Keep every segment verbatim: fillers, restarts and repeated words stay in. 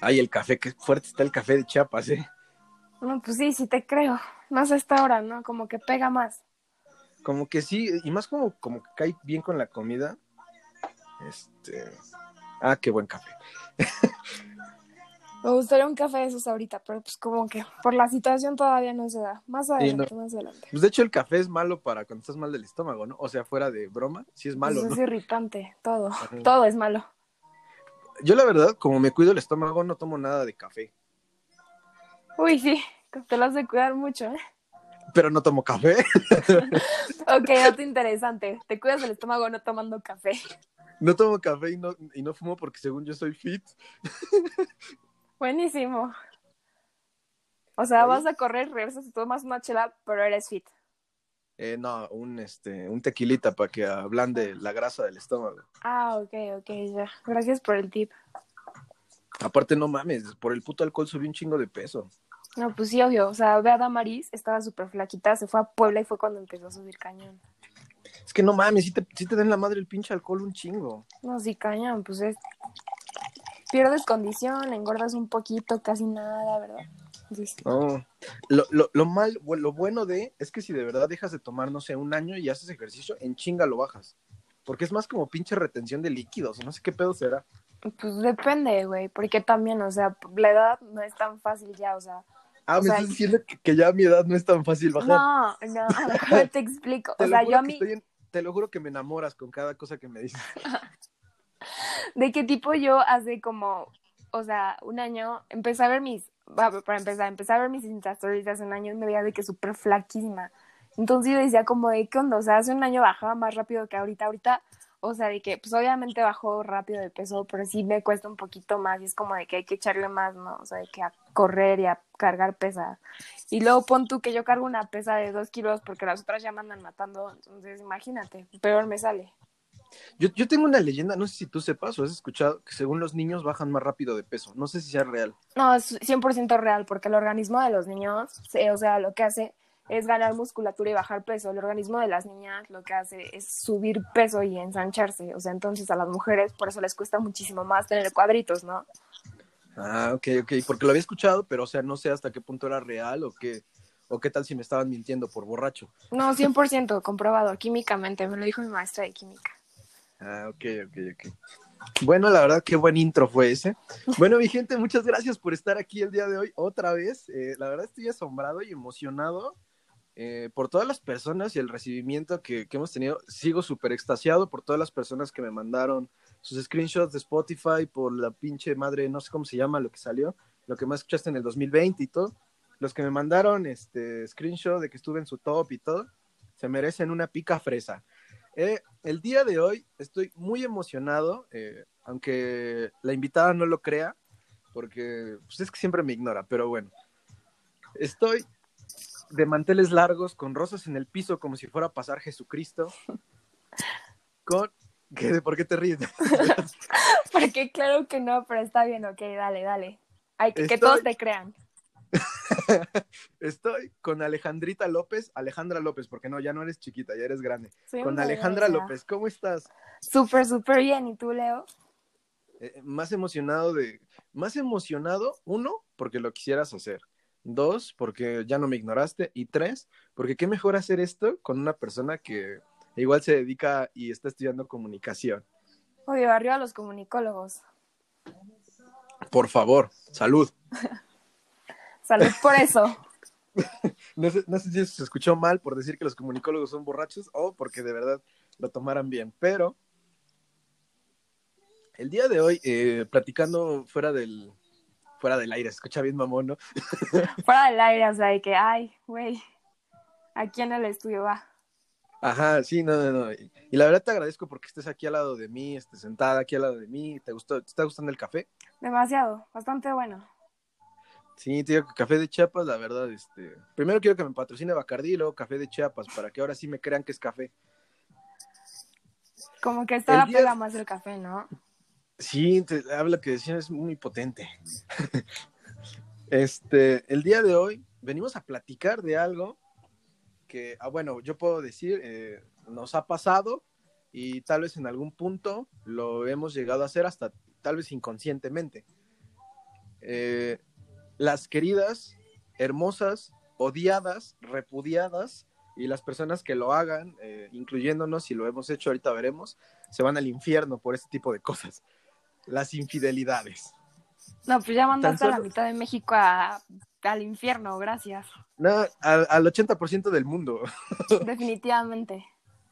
Ay, el café, qué fuerte está el café de Chiapas, ¿eh? No, pues sí, sí te creo. Más a esta hora, ¿no? Como que pega más. Como que sí, y más como, como que cae bien con la comida. Este. Ah, qué buen café. Me gustaría un café de esos ahorita, pero pues como que por la situación todavía no se da. Más Sí, no. adelante, más adelante. Pues de hecho, el café es malo para cuando estás mal del estómago, ¿no? O sea, fuera de broma, sí es Pues malo, es ¿no? irritante, todo. Ajá. Todo es malo. Yo, la verdad, como me cuido el estómago, no tomo nada de café. Uy, sí, te lo has de cuidar mucho, ¿eh? Pero no tomo café. Ok, dato interesante. Te cuidas del estómago no tomando café. No tomo café y no, y no fumo porque según yo soy fit. Buenísimo. O sea, Oye, vas a correr, regresas y tomas una chela, pero eres fit. eh, no, un, este, un tequilita para que ablande la grasa del estómago. Ah, ok, ok, ya. Gracias por el tip. Aparte, no mames, por el puto alcohol subí un chingo de peso. No, pues sí, obvio. O sea, ve a Damaris, estaba súper flaquita, se fue a Puebla y fue cuando empezó a subir cañón. Es que no mames, sí te, sí te den la madre el pinche alcohol un chingo. No, sí, cañón, pues es. Pierdes condición, engordas un poquito, casi nada, ¿verdad? Entonces, No. Lo, lo, lo mal, lo bueno de es que si de verdad dejas de tomar, no sé, un año y haces ejercicio, en chinga lo bajas. Porque es más como pinche retención de líquidos, o no sé qué pedo será. pues depende, güey, porque también, o sea, la edad no es tan fácil ya, o sea, Ah, o me sea, estás diciendo que, que ya a mi edad no es tan fácil bajar. no, no, a lo mejor te explico. O Te lo sea, yo juro a que mí, estoy en, te lo juro que me enamoras con cada cosa que me dices. de qué tipo yo hace como, o sea, un año, empecé a ver mis, va, para empezar, empecé a ver mis Insta Stories de hace un año y me veía de que súper flaquísima. Entonces yo decía como de, ¿qué onda? O sea, hace un año bajaba más rápido que ahorita. Ahorita, o sea, de que, pues obviamente bajó rápido de peso, pero sí me cuesta un poquito más y es como de que hay que echarle más, ¿no? O sea, de que a correr y a cargar pesas. Y luego pon tú que yo cargo una pesa de dos kilos porque las otras ya me andan matando. Entonces, imagínate, peor me sale. Yo, yo tengo una leyenda, no sé si tú sepas o has escuchado, que según los niños bajan más rápido de peso. No sé si sea real. No, es cien por ciento real, porque el organismo de los niños, se- o sea, lo que hace es ganar musculatura y bajar peso. El organismo de las niñas lo que hace es subir peso y ensancharse. O sea, entonces a las mujeres por eso les cuesta muchísimo más tener cuadritos, ¿no? Ah, ok, ok, porque lo había escuchado, pero o sea, no sé hasta qué punto era real o qué, o qué tal si me estaban mintiendo por borracho. No, cien por ciento comprobado químicamente, me lo dijo mi maestra de química. Ah, ok, ok, ok. Bueno, la verdad, qué buen intro fue ese. Bueno, mi gente, muchas gracias por estar aquí el día de hoy otra vez. Eh, la verdad estoy asombrado y emocionado eh, por todas las personas y el recibimiento que, que hemos tenido. Sigo súper extasiado por todas las personas que me mandaron sus screenshots de Spotify, por la pinche madre, no sé cómo se llama lo que salió, lo que más escuchaste en el dos mil veinte y todo. Los que me mandaron este screenshot de que estuve en su top y todo, se merecen una pica fresa. Eh, el día de hoy estoy muy emocionado, eh, aunque la invitada no lo crea, porque pues es que siempre me ignora, pero bueno, estoy de manteles largos, con rosas en el piso, como si fuera a pasar Jesucristo, con... ¿Qué, ¿Por qué te ríes? Porque claro que no, pero está bien, ok, dale, dale. Hay que, que todos Estoy, te crean. estoy con Alejandrita López, Alejandra López, porque no, ya no eres chiquita, ya eres grande. Soy un Con bebé Alejandra ya. López, ¿cómo estás? Súper, súper bien. ¿Y tú, Leo? Eh, más emocionado de, más emocionado, uno, porque lo quisieras hacer, dos, porque ya no me ignoraste, y tres, porque qué mejor hacer esto con una persona que igual se dedica y está estudiando comunicación. Oye, arriba los comunicólogos. Por favor, salud. Salud por eso. No sé, no sé si eso se escuchó mal por decir que los comunicólogos son borrachos o porque de verdad lo tomaran bien, pero el día de hoy, eh, platicando fuera del, fuera del aire, se escucha bien mamón, ¿no? Fuera del aire, o sea, de que, ay, güey, aquí en el estudio va. Ajá, sí, no, no, no. Y, y la verdad te agradezco porque estés aquí al lado de mí, estés sentada aquí al lado de mí. ¿Te gustó, te está gustando el café? Demasiado, bastante bueno. Sí, te digo que café de Chiapas, la verdad, este. Primero quiero que me patrocine Bacardí y luego café de Chiapas, para que ahora sí me crean que es café. Como que El esta día, pega más el café, ¿no? sí, te, habla que decían es muy potente. Este, el día de hoy venimos a platicar de algo que, ah, bueno, yo puedo decir, eh, nos ha pasado y tal vez en algún punto lo hemos llegado a hacer hasta tal vez inconscientemente. eh, las queridas, hermosas, odiadas, repudiadas, y las personas que lo hagan, eh, incluyéndonos, si lo hemos hecho, ahorita veremos, se van al infierno por este tipo de cosas. Las infidelidades. No, pues ya Tan mandaste a la solo, mitad de México a, al infierno, gracias. no, al, al ochenta por ciento del mundo. Definitivamente.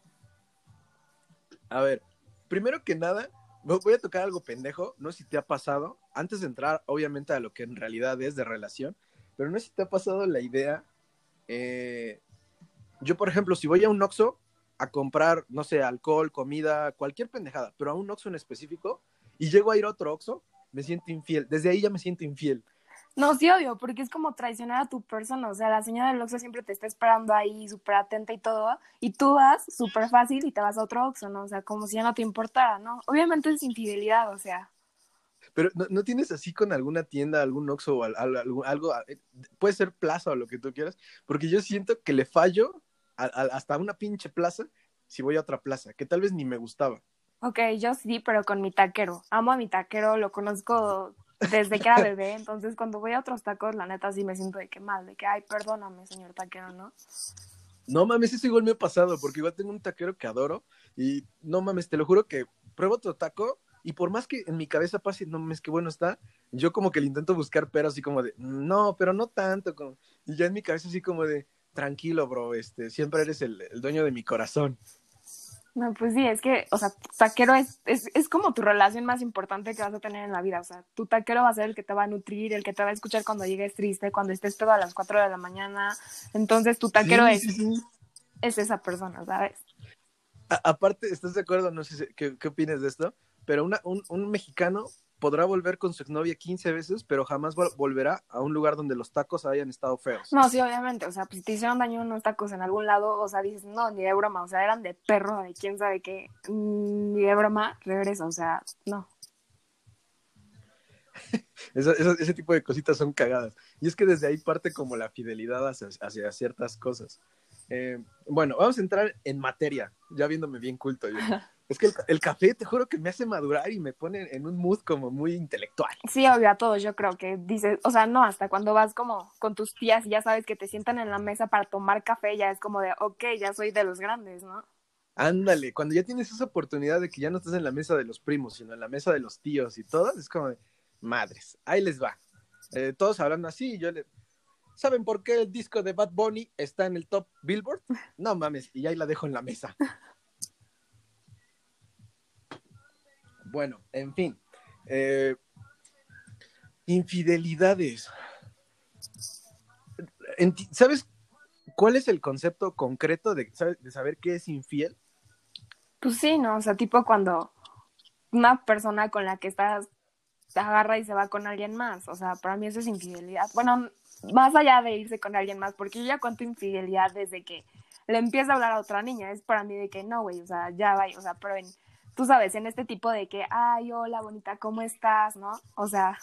A ver, primero que nada, voy a tocar algo pendejo, no sé si te ha pasado, antes de entrar obviamente a lo que en realidad es de relación, pero no sé si te ha pasado la idea, eh, yo por ejemplo, si voy a un Oxxo a comprar, no sé, alcohol, comida, cualquier pendejada, pero a un Oxxo en específico, y llego a ir a otro Oxxo, me siento infiel, desde ahí ya me siento infiel. No, sí, obvio, porque es como traicionar a tu persona. O sea, la señora del Oxxo siempre te está esperando ahí, súper atenta y todo. Y tú vas súper fácil y te vas a otro Oxxo, ¿no? O sea, como si ya no te importara, ¿no? Obviamente es infidelidad, o sea. Pero ¿no, no tienes así con alguna tienda, algún Oxxo o al, al, algo, algo, eh, puede ser plaza o lo que tú quieras? Porque yo siento que le fallo a, a, hasta una pinche plaza si voy a otra plaza, que tal vez ni me gustaba. Ok, yo sí, pero con mi taquero. Amo a mi taquero, lo conozco desde que era bebé. Entonces, cuando voy a otros tacos, la neta sí me siento de que mal, de que, ay, perdóname, señor taquero, ¿no? No mames, eso igual me ha pasado, porque igual tengo un taquero que adoro y no mames, te lo juro que pruebo otro taco y por más que en mi cabeza pase, no mames, qué bueno está, yo como que le intento buscar pero así como de, no, pero no tanto, como... y ya en mi cabeza así como de, tranquilo, bro, este, siempre eres el, el dueño de mi corazón. No, pues sí, es que, o sea, tu taquero es, es, es como tu relación más importante que vas a tener en la vida. O sea, tu taquero va a ser el que te va a nutrir, el que te va a escuchar cuando llegues triste, cuando estés pedo a las cuatro de la mañana. Entonces, tu taquero Sí, es, sí, sí. es esa persona, ¿sabes? A- aparte, ¿estás de acuerdo? No sé si- qué, qué opinas de esto, pero una, un, un mexicano podrá volver con su exnovia quince veces, pero jamás vol- volverá a un lugar donde los tacos hayan estado feos. No, sí, obviamente. O sea, pues si te hicieron daño unos tacos en algún lado, o sea, dices, no, ni de broma. O sea, eran de perro, de quién sabe qué. mm, Ni de broma, regresa. O sea, no. Esa- esa- ese tipo de cositas son cagadas. Y es que desde ahí parte como la fidelidad hacia, hacia ciertas cosas. Eh, bueno, vamos a entrar en materia, ya viéndome bien culto yo. Es que el, el café, te juro que me hace madurar y me pone en un mood como muy intelectual. Sí, obvio, a todos yo creo que dices, o sea, no, hasta cuando vas como con tus tías y ya sabes que te sientan en la mesa para tomar café, ya es como de, ok, ya soy de los grandes, ¿no? Ándale, cuando ya tienes esa oportunidad de que ya no estás en la mesa de los primos, sino en la mesa de los tíos y todas, es como de, madres, ahí les va. Eh, todos hablando así y yo le... ¿Saben por qué el disco de Bad Bunny está en el top Billboard? No mames, y ahí la dejo en la mesa. Bueno, en fin. Eh, infidelidades. ¿Sabes cuál es el concepto concreto de, de saber qué es infiel? Pues sí, ¿no? O sea, tipo cuando una persona con la que estás te agarra y se va con alguien más, o sea, para mí eso es infidelidad. Bueno, más allá de irse con alguien más, porque yo ya cuento infidelidad desde que le empieza a hablar a otra niña, es para mí de que no, güey, o sea, ya va, o sea, pero en, tú sabes, en este tipo de que, ay, hola, bonita, ¿cómo estás? ¿No? O sea,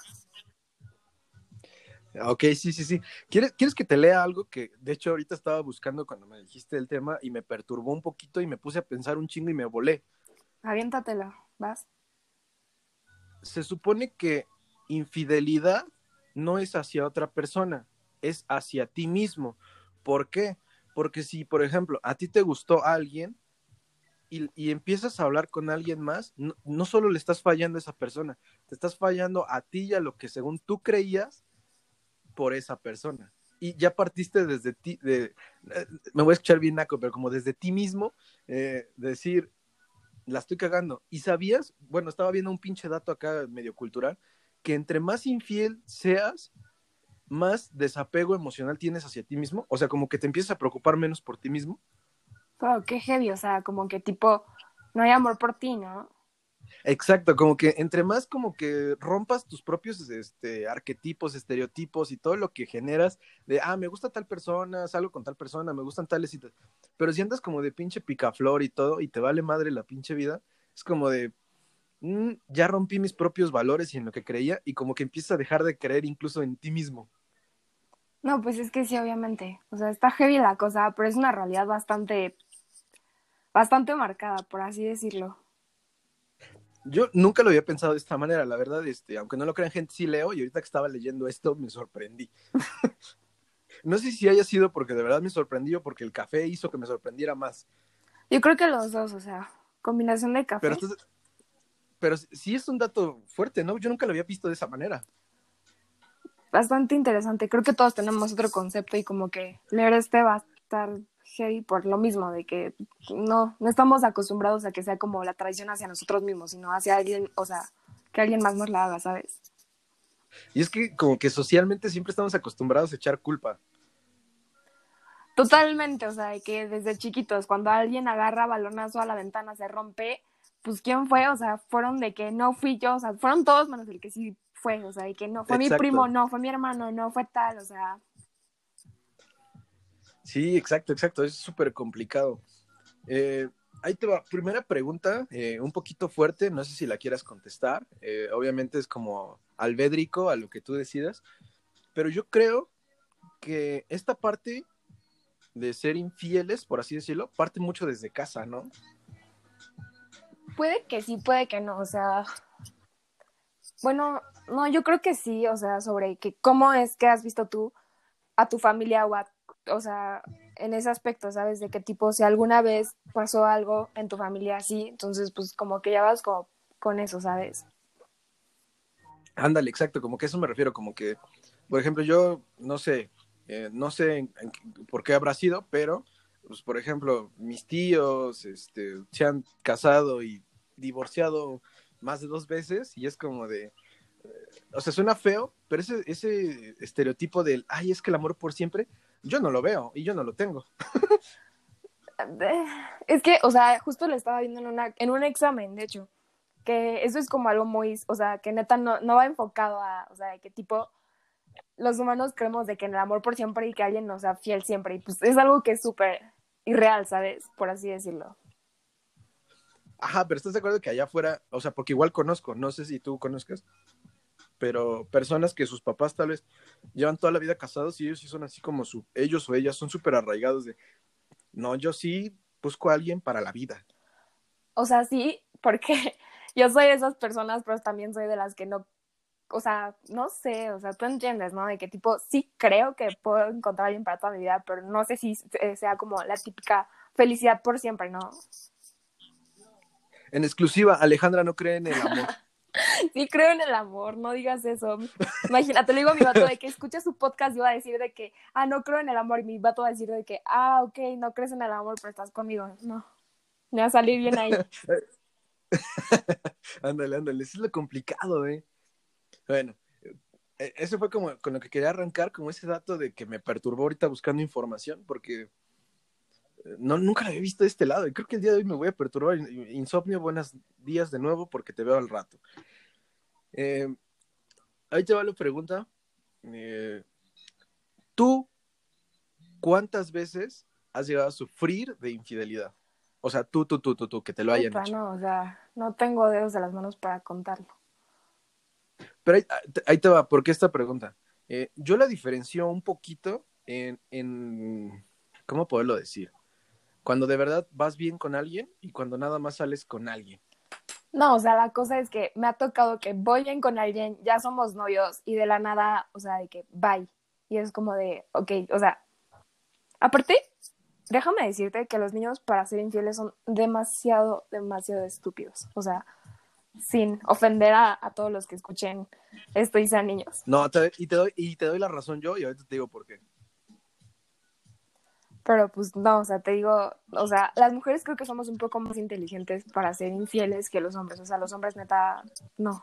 Ok, sí, sí, sí. ¿Quieres, ¿Quieres que te lea algo que, de hecho, ahorita estaba buscando cuando me dijiste el tema y me perturbó un poquito y me puse a pensar un chingo y me volé? aviéntatelo, ¿vas? Se supone que infidelidad no es hacia otra persona, es hacia ti mismo. ¿Por qué? Porque si, por ejemplo, a ti te gustó alguien y, y empiezas a hablar con alguien más, no, no solo le estás fallando a esa persona, te estás fallando a ti y a lo que según tú creías por esa persona. Y ya partiste desde ti, de, eh, me voy a escuchar bien naco, pero como desde ti mismo, eh, decir, la estoy cagando. ¿Y sabías? Bueno, estaba viendo un pinche dato acá medio cultural, que entre más infiel seas, más desapego emocional tienes hacia ti mismo. O sea, como que te empiezas a preocupar menos por ti mismo. Pero qué heavy, o sea, como que tipo, no hay amor por ti, ¿no? Exacto, como que entre más como que rompas tus propios este, arquetipos, estereotipos y todo lo que generas de, ah, me gusta tal persona, salgo con tal persona, me gustan tales y tal. Pero si andas como de pinche picaflor y todo y te vale madre la pinche vida, es como de, mm, ya rompí mis propios valores y en lo que creía y como que empiezas a dejar de creer incluso en ti mismo. No, pues es que sí, obviamente. O sea, está heavy la cosa, pero es una realidad bastante, bastante marcada, por así decirlo. Yo nunca lo había pensado de esta manera, la verdad, este, aunque no lo crean gente, sí leo, y ahorita que estaba leyendo esto me sorprendí. No sé si haya sido porque de verdad me sorprendí o porque el café hizo que me sorprendiera más. Yo creo que los dos, o sea, combinación de Pero, café. estás- pero sí es un dato fuerte, ¿no? Yo nunca lo había visto de esa manera. Bastante interesante. Creo que todos tenemos otro concepto y como que leer este va a estar heavy por lo mismo, de que no, no estamos acostumbrados a que sea como la tradición hacia nosotros mismos, sino hacia alguien, o sea, que alguien más nos la haga, ¿sabes? Y es que como que socialmente siempre estamos acostumbrados a echar culpa. Totalmente, o sea, de que desde chiquitos, cuando alguien agarra balonazo a la ventana, se rompe, pues ¿quién fue? O sea, fueron de que no fui yo, o sea, fueron todos menos el que sí fue, o sea, de que no, fue mi primo, Exacto. no, fue mi hermano, no, fue tal, o sea, Sí, exacto, exacto. Es súper complicado. Eh, ahí te va. Primera pregunta, eh, un poquito fuerte, no sé si la quieras contestar. Eh, obviamente es como albédrico a lo que tú decidas, pero yo creo que esta parte de ser infieles, por así decirlo, parte mucho desde casa, ¿no? puede que sí, puede que no, o sea, bueno, no, yo creo que sí, o sea, sobre que cómo es que has visto tú a tu familia o a, o sea, en ese aspecto, ¿sabes? De qué tipo, si alguna vez pasó algo en tu familia así, entonces pues como que ya vas como con eso, ¿sabes? Ándale, exacto, como que eso me refiero, como que, por ejemplo, yo no sé, eh, no sé en- en- por qué habrá sido, pero, pues, por ejemplo, mis tíos este, se han casado y divorciado más de dos veces y es como de, o sea, suena feo, pero ese, ese estereotipo del, ay, es que el amor por siempre, yo no lo veo y yo no lo tengo. Es que, o sea, justo le estaba viendo en, una, en un examen, de hecho, que eso es como algo muy, o sea, que neta no, no va enfocado a, o sea, de qué tipo los humanos creemos de que en el amor por siempre y que alguien nos sea fiel siempre, y pues es algo que es súper irreal, ¿sabes? Por así decirlo. Ajá, pero ¿estás de acuerdo que allá afuera, o sea, porque igual conozco, no sé si tú conozcas, pero personas que sus papás tal vez llevan toda la vida casados y ellos sí son así como su, ellos o ellas son súper arraigados de, no, yo sí busco a alguien para la vida. O sea, sí, porque yo soy de esas personas, pero también soy de las que no, o sea, no sé, o sea, tú entiendes, ¿no? De que tipo, sí creo que puedo encontrar a alguien para toda mi vida, pero no sé si sea como la típica felicidad por siempre, ¿no? En exclusiva, Alejandra no cree en el amor. Sí creo en el amor, no digas eso. Imagínate, le digo a mi vato de que escucha su podcast y va a decir de que, ah, no creo en el amor, y mi vato va a decir de que, ah, ok, no crees en el amor, pero estás conmigo. No, me va a salir bien ahí. Ándale, ándale, eso es lo complicado, ¿eh? Bueno, eh, eso fue como con lo que quería arrancar, como ese dato de que me perturbó ahorita buscando información, porque eh, no, nunca lo había visto de este lado, y creo que el día de hoy me voy a perturbar. Insomnio, buenos días de nuevo, porque te veo al rato. Eh, ahí te va la pregunta. Eh, ¿Tú cuántas veces has llegado a sufrir de infidelidad? O sea, tú, tú, tú, tú, tú, que te lo hayan Puta, hecho. no, o sea, no tengo dedos de las manos para contarlo. Pero ahí, ahí te va, ¿por qué esta pregunta? Eh, yo la diferencio un poquito en, en, ¿cómo poderlo decir? Cuando de verdad vas bien con alguien y cuando nada más sales con alguien. No, o sea, la cosa es que me ha tocado que voy bien con alguien, ya somos novios y de la nada, o sea, de que bye. Y es como de, ok, o sea, aparte, déjame decirte que los niños para ser infieles son demasiado, demasiado estúpidos. O sea, sin ofender a, a todos los que escuchen esto y sean niños. No, te, y, te doy, y te doy la razón yo y ahorita te digo por qué. Pero pues no, o sea, te digo, o sea, las mujeres creo que somos un poco más inteligentes para ser infieles que los hombres. O sea, los hombres neta, no.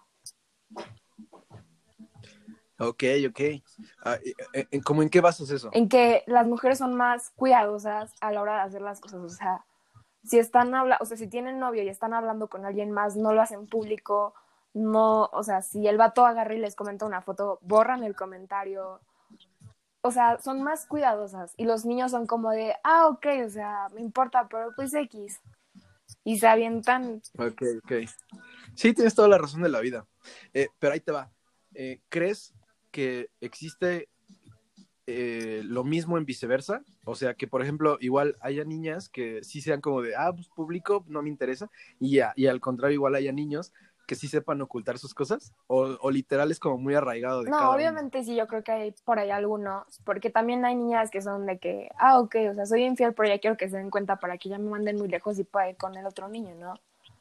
Ok, ok. Ah, ¿en, en, ¿Cómo en qué basas eso? En que las mujeres son más cuidadosas a la hora de hacer las cosas. O sea, si están hablando, o sea, si tienen novio y están hablando con alguien más, no lo hacen público, no, o sea, si el vato agarra y les comenta una foto, borran el comentario. O sea, son más cuidadosas y los niños son como de, ah, ok, o sea, me importa, pero pues X. Y se avientan. Ok, ok. Sí, tienes toda la razón de la vida. Eh, pero ahí te va. Eh, ¿Crees que existe eh, lo mismo en viceversa? O sea, que por ejemplo, igual haya niñas que sí sean como de, ah, pues público, no me interesa. Y, a, y al contrario, igual haya niños que sí sepan ocultar sus cosas? ¿O, o literal es como muy arraigado de No, cada uno? obviamente sí, yo creo que hay por ahí algunos, porque también hay niñas que son de que, ah, ok, o sea, soy infiel, pero ya quiero que se den cuenta para que ya me manden muy lejos y pueda ir con el otro niño, ¿no?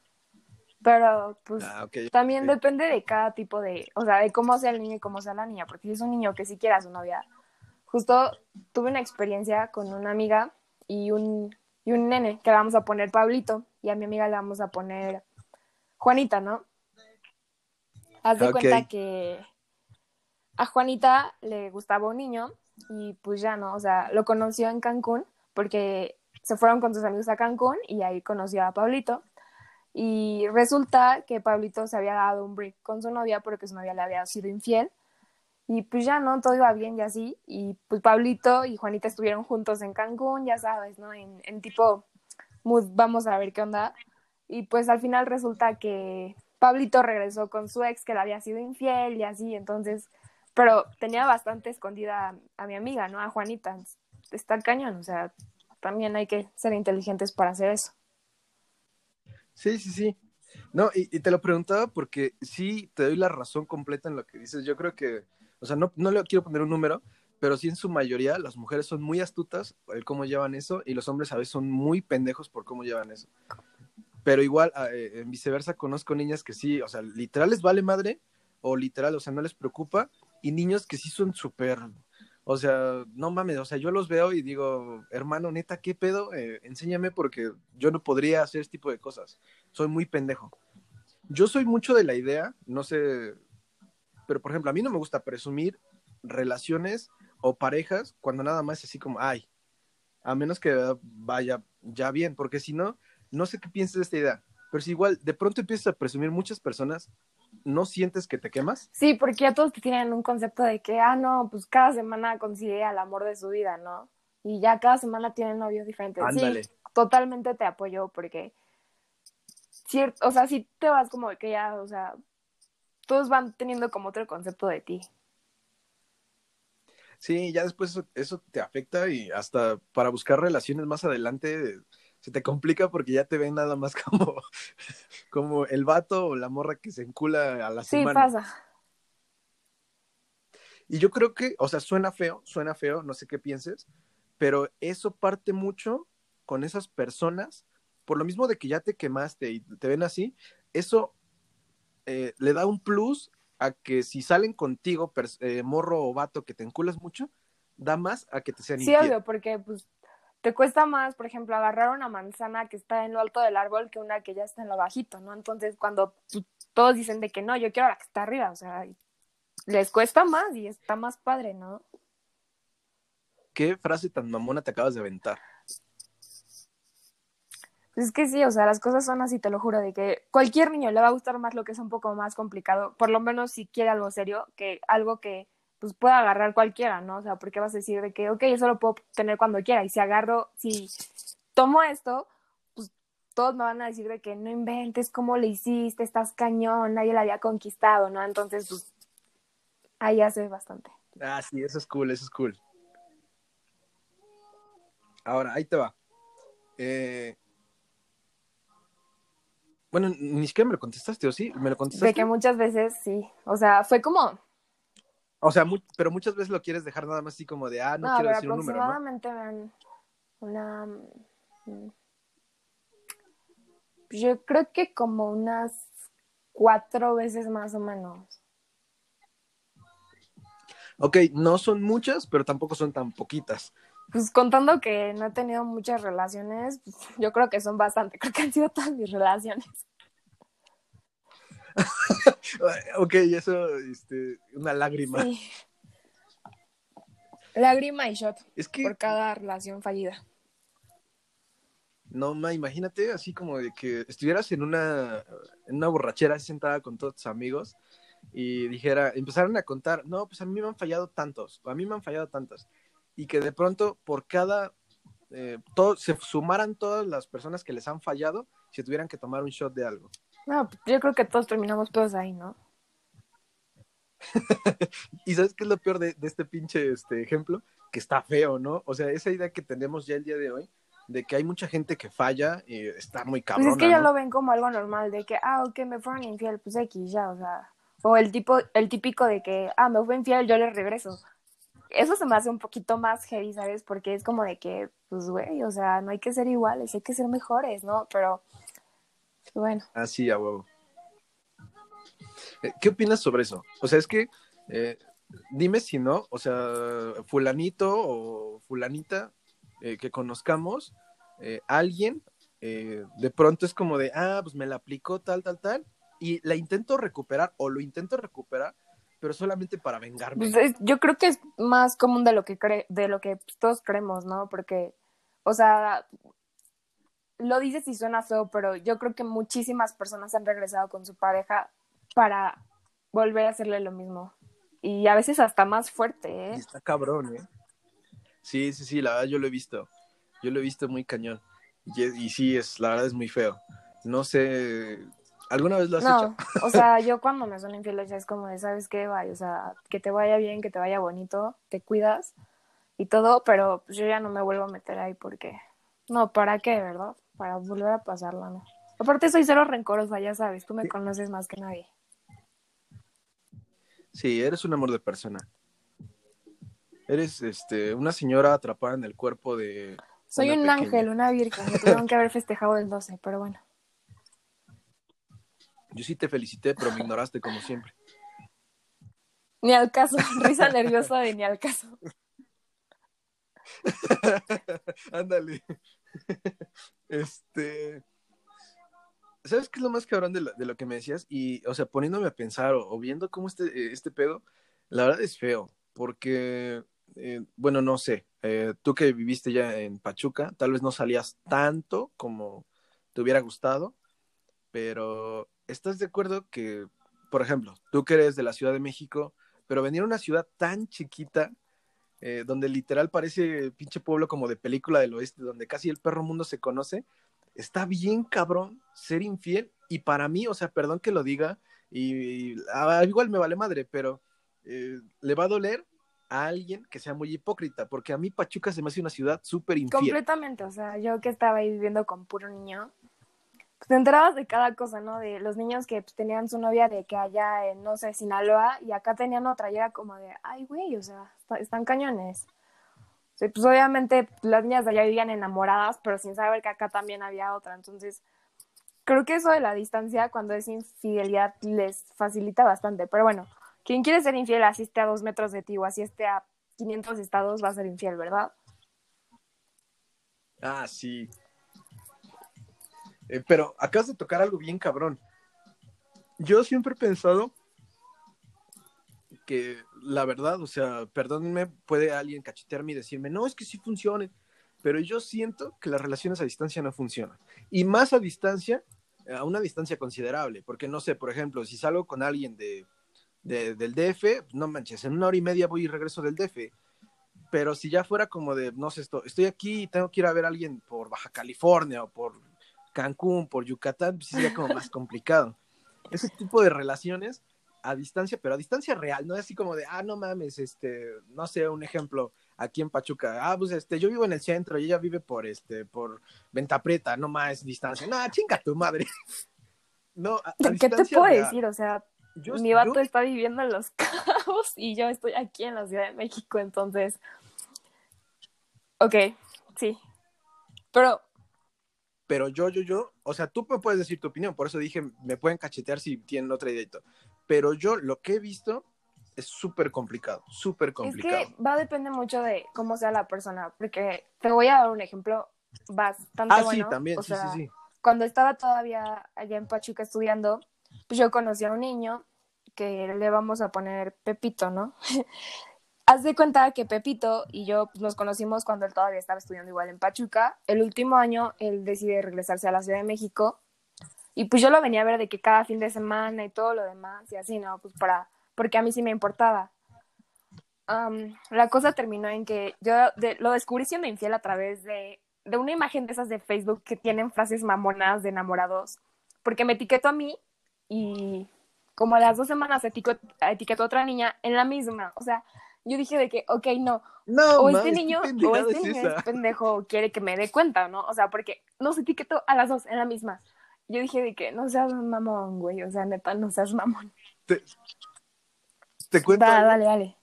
Pero, pues, Ah, ok, también ok. depende de cada tipo de, o sea, de cómo sea el niño y cómo sea la niña, porque si es un niño que sí quiere a su novia, justo tuve una experiencia con una amiga y un, y un nene que le vamos a poner Pablito y a mi amiga le vamos a poner Juanita, ¿no? Haz de Ok, cuenta que a Juanita le gustaba un niño y pues ya no, o sea, lo conoció en Cancún porque se fueron con sus amigos a Cancún y ahí conoció a Pablito. Y resulta que Pablito se había dado un break con su novia porque su novia le había sido infiel. Y pues ya no, todo iba bien y así. Y pues Pablito y Juanita estuvieron juntos en Cancún, ya sabes, ¿no? En, en tipo, mood, vamos a ver qué onda. Y pues al final resulta que Pablito regresó con su ex que le había sido infiel y así, entonces, pero tenía bastante escondida a, a mi amiga, ¿no? A Juanita. Está cañón, o sea, también hay que ser inteligentes para hacer eso. sí, sí, sí. No, y, y te lo preguntaba porque sí te doy la razón completa en lo que dices. Yo creo que, o sea, no, no le quiero poner un número, pero sí en su mayoría las mujeres son muy astutas por el cómo llevan eso y los hombres a veces son muy pendejos por cómo llevan eso. Pero igual, eh, en viceversa, conozco niñas que sí, o sea, literal les vale madre o literal, o sea, no les preocupa y niños que sí son súper, o sea, no mames, o sea, yo los veo y digo, hermano, neta, ¿qué pedo? Eh, enséñame porque yo no podría hacer este tipo de cosas. Soy muy pendejo. Yo soy mucho de la idea, no sé, pero por ejemplo, a mí no me gusta presumir relaciones o parejas cuando nada más es así como, ay, a menos que vaya ya bien, porque si no, no sé qué piensas de esta idea, pero si igual de pronto empiezas a presumir muchas personas, ¿no sientes que te quemas? Sí, porque ya todos tienen un concepto de que, ah, no, pues cada semana consigue al amor de su vida, ¿no? Y ya cada semana tienen novios diferentes. Sí, Ándale. totalmente te apoyo porque, cierto, o sea, si te vas como de que ya, o sea, todos van teniendo como otro concepto de ti. Sí, ya después eso, eso te afecta y hasta para buscar relaciones más adelante se te complica porque ya te ven nada más como, como el vato o la morra que se encula a la Sí, semana. pasa. Y yo creo que, o sea, suena feo, suena feo, no sé qué pienses, pero eso parte mucho con esas personas, por lo mismo de que ya te quemaste y te ven así, eso eh, le da un plus a que si salen contigo, eh, morro o vato, que te enculas mucho, da más a que te sean Sí, infiel. obvio, porque pues te cuesta más, por ejemplo, agarrar una manzana que está en lo alto del árbol que una que ya está en lo bajito, ¿no? Entonces, cuando pues, todos dicen de que no, yo quiero la que está arriba, o sea, les cuesta más y está más padre, ¿no? ¿Qué frase tan mamona te acabas de aventar? Pues es que sí, o sea, las cosas son así, te lo juro, de que cualquier niño le va a gustar más lo que es un poco más complicado, por lo menos si quiere algo serio, que algo que pues pueda agarrar cualquiera, ¿no? O sea, porque vas a decir de que, ok, eso lo puedo tener cuando quiera, y si agarro, si tomo esto, pues todos me van a decir de que no inventes cómo le hiciste, estás cañón, nadie la había conquistado, ¿no? Entonces, pues ahí hace bastante. Ah, sí, eso es cool, eso es cool. Ahora, ahí te va. Eh, bueno, ni siquiera me lo contestaste, ¿o sí? ¿Me lo De que contestaste? muchas veces sí, o sea, fue como, O sea, mu pero muchas veces lo quieres dejar nada más así como de, ah, no, no a quiero ver, decir un número, ¿no? aproximadamente eran una, mm, yo creo que como unas cuatro veces más o menos. Ok, no son muchas, pero tampoco son tan poquitas. Pues contando que no he tenido muchas relaciones, pues, yo creo que son bastante, creo que han sido todas mis relaciones. Ok, eso, este, una lágrima. Sí, lágrima y shot Es por que, cada relación fallida. no, ma, imagínate así como de que estuvieras en una, en una borrachera así sentada con todos tus amigos y dijera, empezaron a contar, no, pues a mí me han fallado tantos, o a mí me han fallado tantos, y que de pronto por cada, eh, todo, se sumaran todas las personas que les han fallado si tuvieran que tomar un shot de algo. No, pues, yo creo que todos terminamos todos ahí, ¿no? ¿Y sabes qué es lo peor de, de este pinche este ejemplo? Que está feo, ¿no? O sea, esa idea que tenemos ya el día de hoy, de que hay mucha gente que falla y está muy Pues es cabrona, que ya ¿no? lo ven como algo normal, de que, ah, ok, me fueron infiel, pues X, ya, o sea. O el tipo, el típico de que, ah, me fue infiel, yo le regreso. Eso se me hace un poquito más heavy, ¿sabes? Porque es como de que, pues, güey, o sea, no hay que ser iguales, hay que ser mejores, ¿no? Pero, bueno. Así, a huevo. Eh, ¿Qué opinas sobre eso? O sea, es que, eh, dime si no, o sea, fulanito o fulanita eh, que conozcamos, eh, alguien, eh, de pronto es como de, ah, pues me la aplicó tal, tal, tal, y la intento recuperar o lo intento recuperar, pero solamente para Pues vengarme. es, yo creo que es más común de lo que cre de lo que pues, todos creemos, ¿no? Porque, o sea, lo dices y suena feo, pero yo creo que muchísimas personas han regresado con su pareja para volver a hacerle lo mismo. Y a veces hasta más fuerte, Y ¿eh? está cabrón, ¿eh? Sí, sí, sí, la verdad yo lo he visto. Yo lo he visto muy cañón. Y, y sí, es, la verdad es muy feo. No sé, ¿alguna vez lo has hecho? No, o sea, yo cuando me son infieles ya es como de, ¿sabes qué? Vaya, o sea, que te vaya bien, que te vaya bonito, te cuidas y todo, pero pues yo ya no me vuelvo a meter ahí porque, no, ¿para qué, verdad? Para volver a pasarla, ¿no? Aparte soy cero rencorosa, ya sabes, tú me conoces más que nadie. Sí, eres un amor de persona. Eres este, una señora atrapada en el cuerpo de Soy una un ángel, pequeña. una virgen, me tuvieron que haber festejado el doce, pero bueno. Yo sí te felicité, pero me ignoraste como siempre. Ni al caso, risa nerviosa de ni al caso. Ándale. Este, ¿sabes qué es lo más cabrón de lo, de lo que me decías? Y, o sea, poniéndome a pensar o, o viendo cómo este, este pedo, la verdad es feo, porque, eh, bueno, no sé, eh, tú que viviste ya en Pachuca, tal vez no salías tanto como te hubiera gustado, pero ¿estás de acuerdo que, por ejemplo, tú que eres de la Ciudad de México, pero venir a una ciudad tan chiquita, eh, donde literal parece pinche pueblo como de película del oeste, donde casi el perro mundo se conoce, está bien cabrón ser infiel y para mí, o sea, perdón que lo diga, y, y ah, igual me vale madre, pero eh, le va a doler a alguien que sea muy hipócrita, porque a mí Pachuca se me hace una ciudad súper infiel. Completamente, o sea, yo que estaba ahí viviendo con puro niño, pues te enterabas de cada cosa, ¿no? De los niños que pues, tenían su novia de que allá en, no sé, Sinaloa, y acá tenían otra, y era como de, ay, güey, o sea, está, están cañones. O sea, pues obviamente las niñas de allá vivían enamoradas, pero sin saber que acá también había otra. Entonces, creo que eso de la distancia, cuando es infidelidad, les facilita bastante. Pero bueno, quien quiere ser infiel, así esté a dos metros de ti o así esté a quinientos estados, va a ser infiel, ¿verdad? Ah, sí. Eh, pero acabas de tocar algo bien cabrón. Yo siempre he pensado que la verdad, o sea, perdónenme, puede alguien cachetearme y decirme, no, es que sí funcionen, pero yo siento que las relaciones a distancia no funcionan. Y más a distancia, a una distancia considerable, porque no sé, por ejemplo, si salgo con alguien de, de, del D F, pues no manches, en una hora y media voy y regreso del D F, pero si ya fuera como de, no sé, estoy, estoy aquí y tengo que ir a ver a alguien por Baja California o por Cancún, por Yucatán, pues sí sería como más complicado. Ese tipo de relaciones a distancia, pero a distancia real, no es así como de, ah, no mames, este, no sé, un ejemplo, aquí en Pachuca, ah, pues este, yo vivo en el centro y ella vive por, este, por Venta Prieta, no más distancia, no, chinga tu madre, no, a, a ¿Qué te distancia puedo real. decir? O sea, Yo, mi yo, vato está viviendo en Los Cabos y yo estoy aquí en la Ciudad de México, entonces, ok, sí. Pero pero yo, yo, yo, o sea, tú me puedes decir tu opinión, por eso dije, me pueden cachetear si tienen otra idea, pero yo lo que he visto es súper complicado, súper es que complicado. va a depender mucho de cómo sea la persona, porque te voy a dar un ejemplo bastante Ah, sí, bueno. también, O sí, sí, sea, sí. cuando estaba todavía allá en Pachuca estudiando, pues yo conocí a un niño que le vamos a poner Pepito, ¿no? Haz de cuenta que Pepito y yo pues, nos conocimos cuando él todavía estaba estudiando igual en Pachuca. El último año él decide regresarse a la Ciudad de México y pues yo lo venía a ver de que cada fin de semana y todo lo demás y así, ¿no? Pues para, porque a mí sí me importaba. Um, la cosa terminó en que yo de, lo descubrí siendo infiel a través de, de una imagen de esas de Facebook que tienen frases mamonas de enamorados, porque me etiquetó a mí y como a las dos semanas etiquetó, etiquetó a otra niña en la misma, o sea, Yo dije de que, ok, no, No, o este mames, qué niño, o pendejada este es niño es esa. pendejo, o quiere que me dé cuenta, ¿no? O sea, porque nos etiquetó a las dos en la misma. Yo dije de que no seas mamón, güey, o sea, neta, no seas mamón. Te, te cuento Va, algo. dale, dale.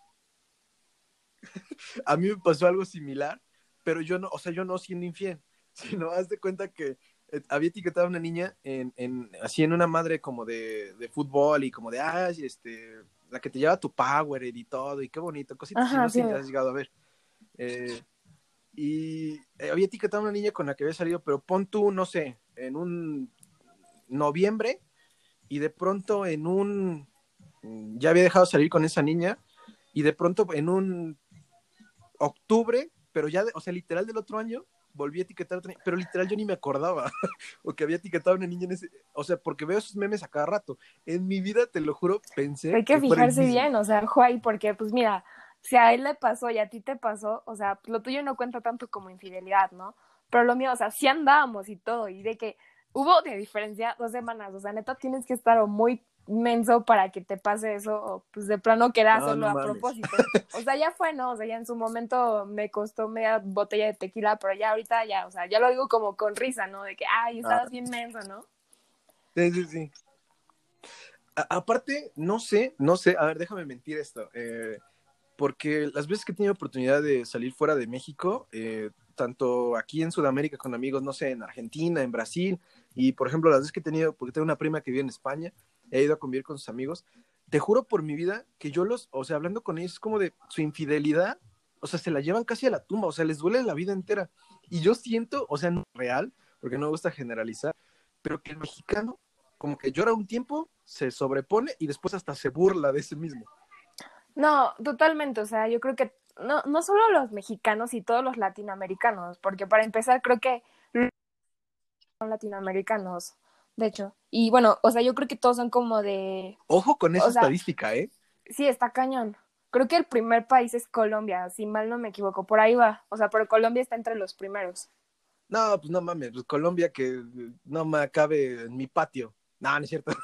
A mí me pasó algo similar, pero yo no, o sea, yo no siendo infiel, sino haz de cuenta que eh, había etiquetado a una niña en, en, así en una madre como de, de fútbol y como de, ah, este, la que te lleva tu power y todo, y qué bonito, cositas así, Ajá, no sí, sé si obvio. has llegado a ver. Eh, y eh, había etiquetado a una niña con la que había salido, pero pon tú, no sé, en un noviembre y de pronto en un, ya había dejado salir con esa niña y de pronto en un octubre, pero ya, de, o sea, literal del otro año, volví a etiquetar a otra niña, pero literal yo ni me acordaba, o que había etiquetado a una niña en ese, o sea, porque veo esos memes a cada rato. En mi vida, te lo juro, pensé Hay que que fuera el fijarse mismo. bien, o sea, Juay, porque pues mira, si a él le pasó y a ti te pasó, o sea, pues, lo tuyo no cuenta tanto como infidelidad, ¿no? Pero lo mío, o sea, sí andábamos y todo, y de que hubo de diferencia dos semanas, o sea, neta tienes que estar o muy menso para que te pase eso, o pues de plano querer No, no hacerlo a mames. propósito. O sea, ya fue, ¿no? O sea, ya en su momento me costó media botella de tequila, pero ya ahorita ya, o sea, ya lo digo como con risa, ¿no? De que, ay, Ah, estabas bien menso, ¿no? sí, sí, sí. A- aparte, no sé, no sé, a ver, déjame mentir esto. Eh, porque las veces que he tenido oportunidad de salir fuera de México, eh, tanto aquí en Sudamérica con amigos, no sé, en Argentina, en Brasil, y por ejemplo las veces que he tenido, porque tengo una prima que vive en España, he ido a convivir con sus amigos, te juro por mi vida que yo los, o sea, hablando con ellos, es como de su infidelidad, o sea, se la llevan casi a la tumba, o sea, les duele la vida entera. Y yo siento, o sea, no es real, porque no me gusta generalizar, pero que el mexicano como que llora un tiempo, se sobrepone y después hasta se burla de ese mismo. No, totalmente, o sea, yo creo que no, no solo los mexicanos y todos los latinoamericanos, porque para empezar creo que son latinoamericanos, de hecho. Y bueno, o sea, yo creo que todos son como de, Ojo con esa o sea, estadística, ¿eh? sí, está cañón. Creo que el primer país es Colombia, si mal no me equivoco, por ahí va. O sea, pero Colombia está entre los primeros. No, pues no mames, pues Colombia que no me cabe en mi patio. No, no es cierto.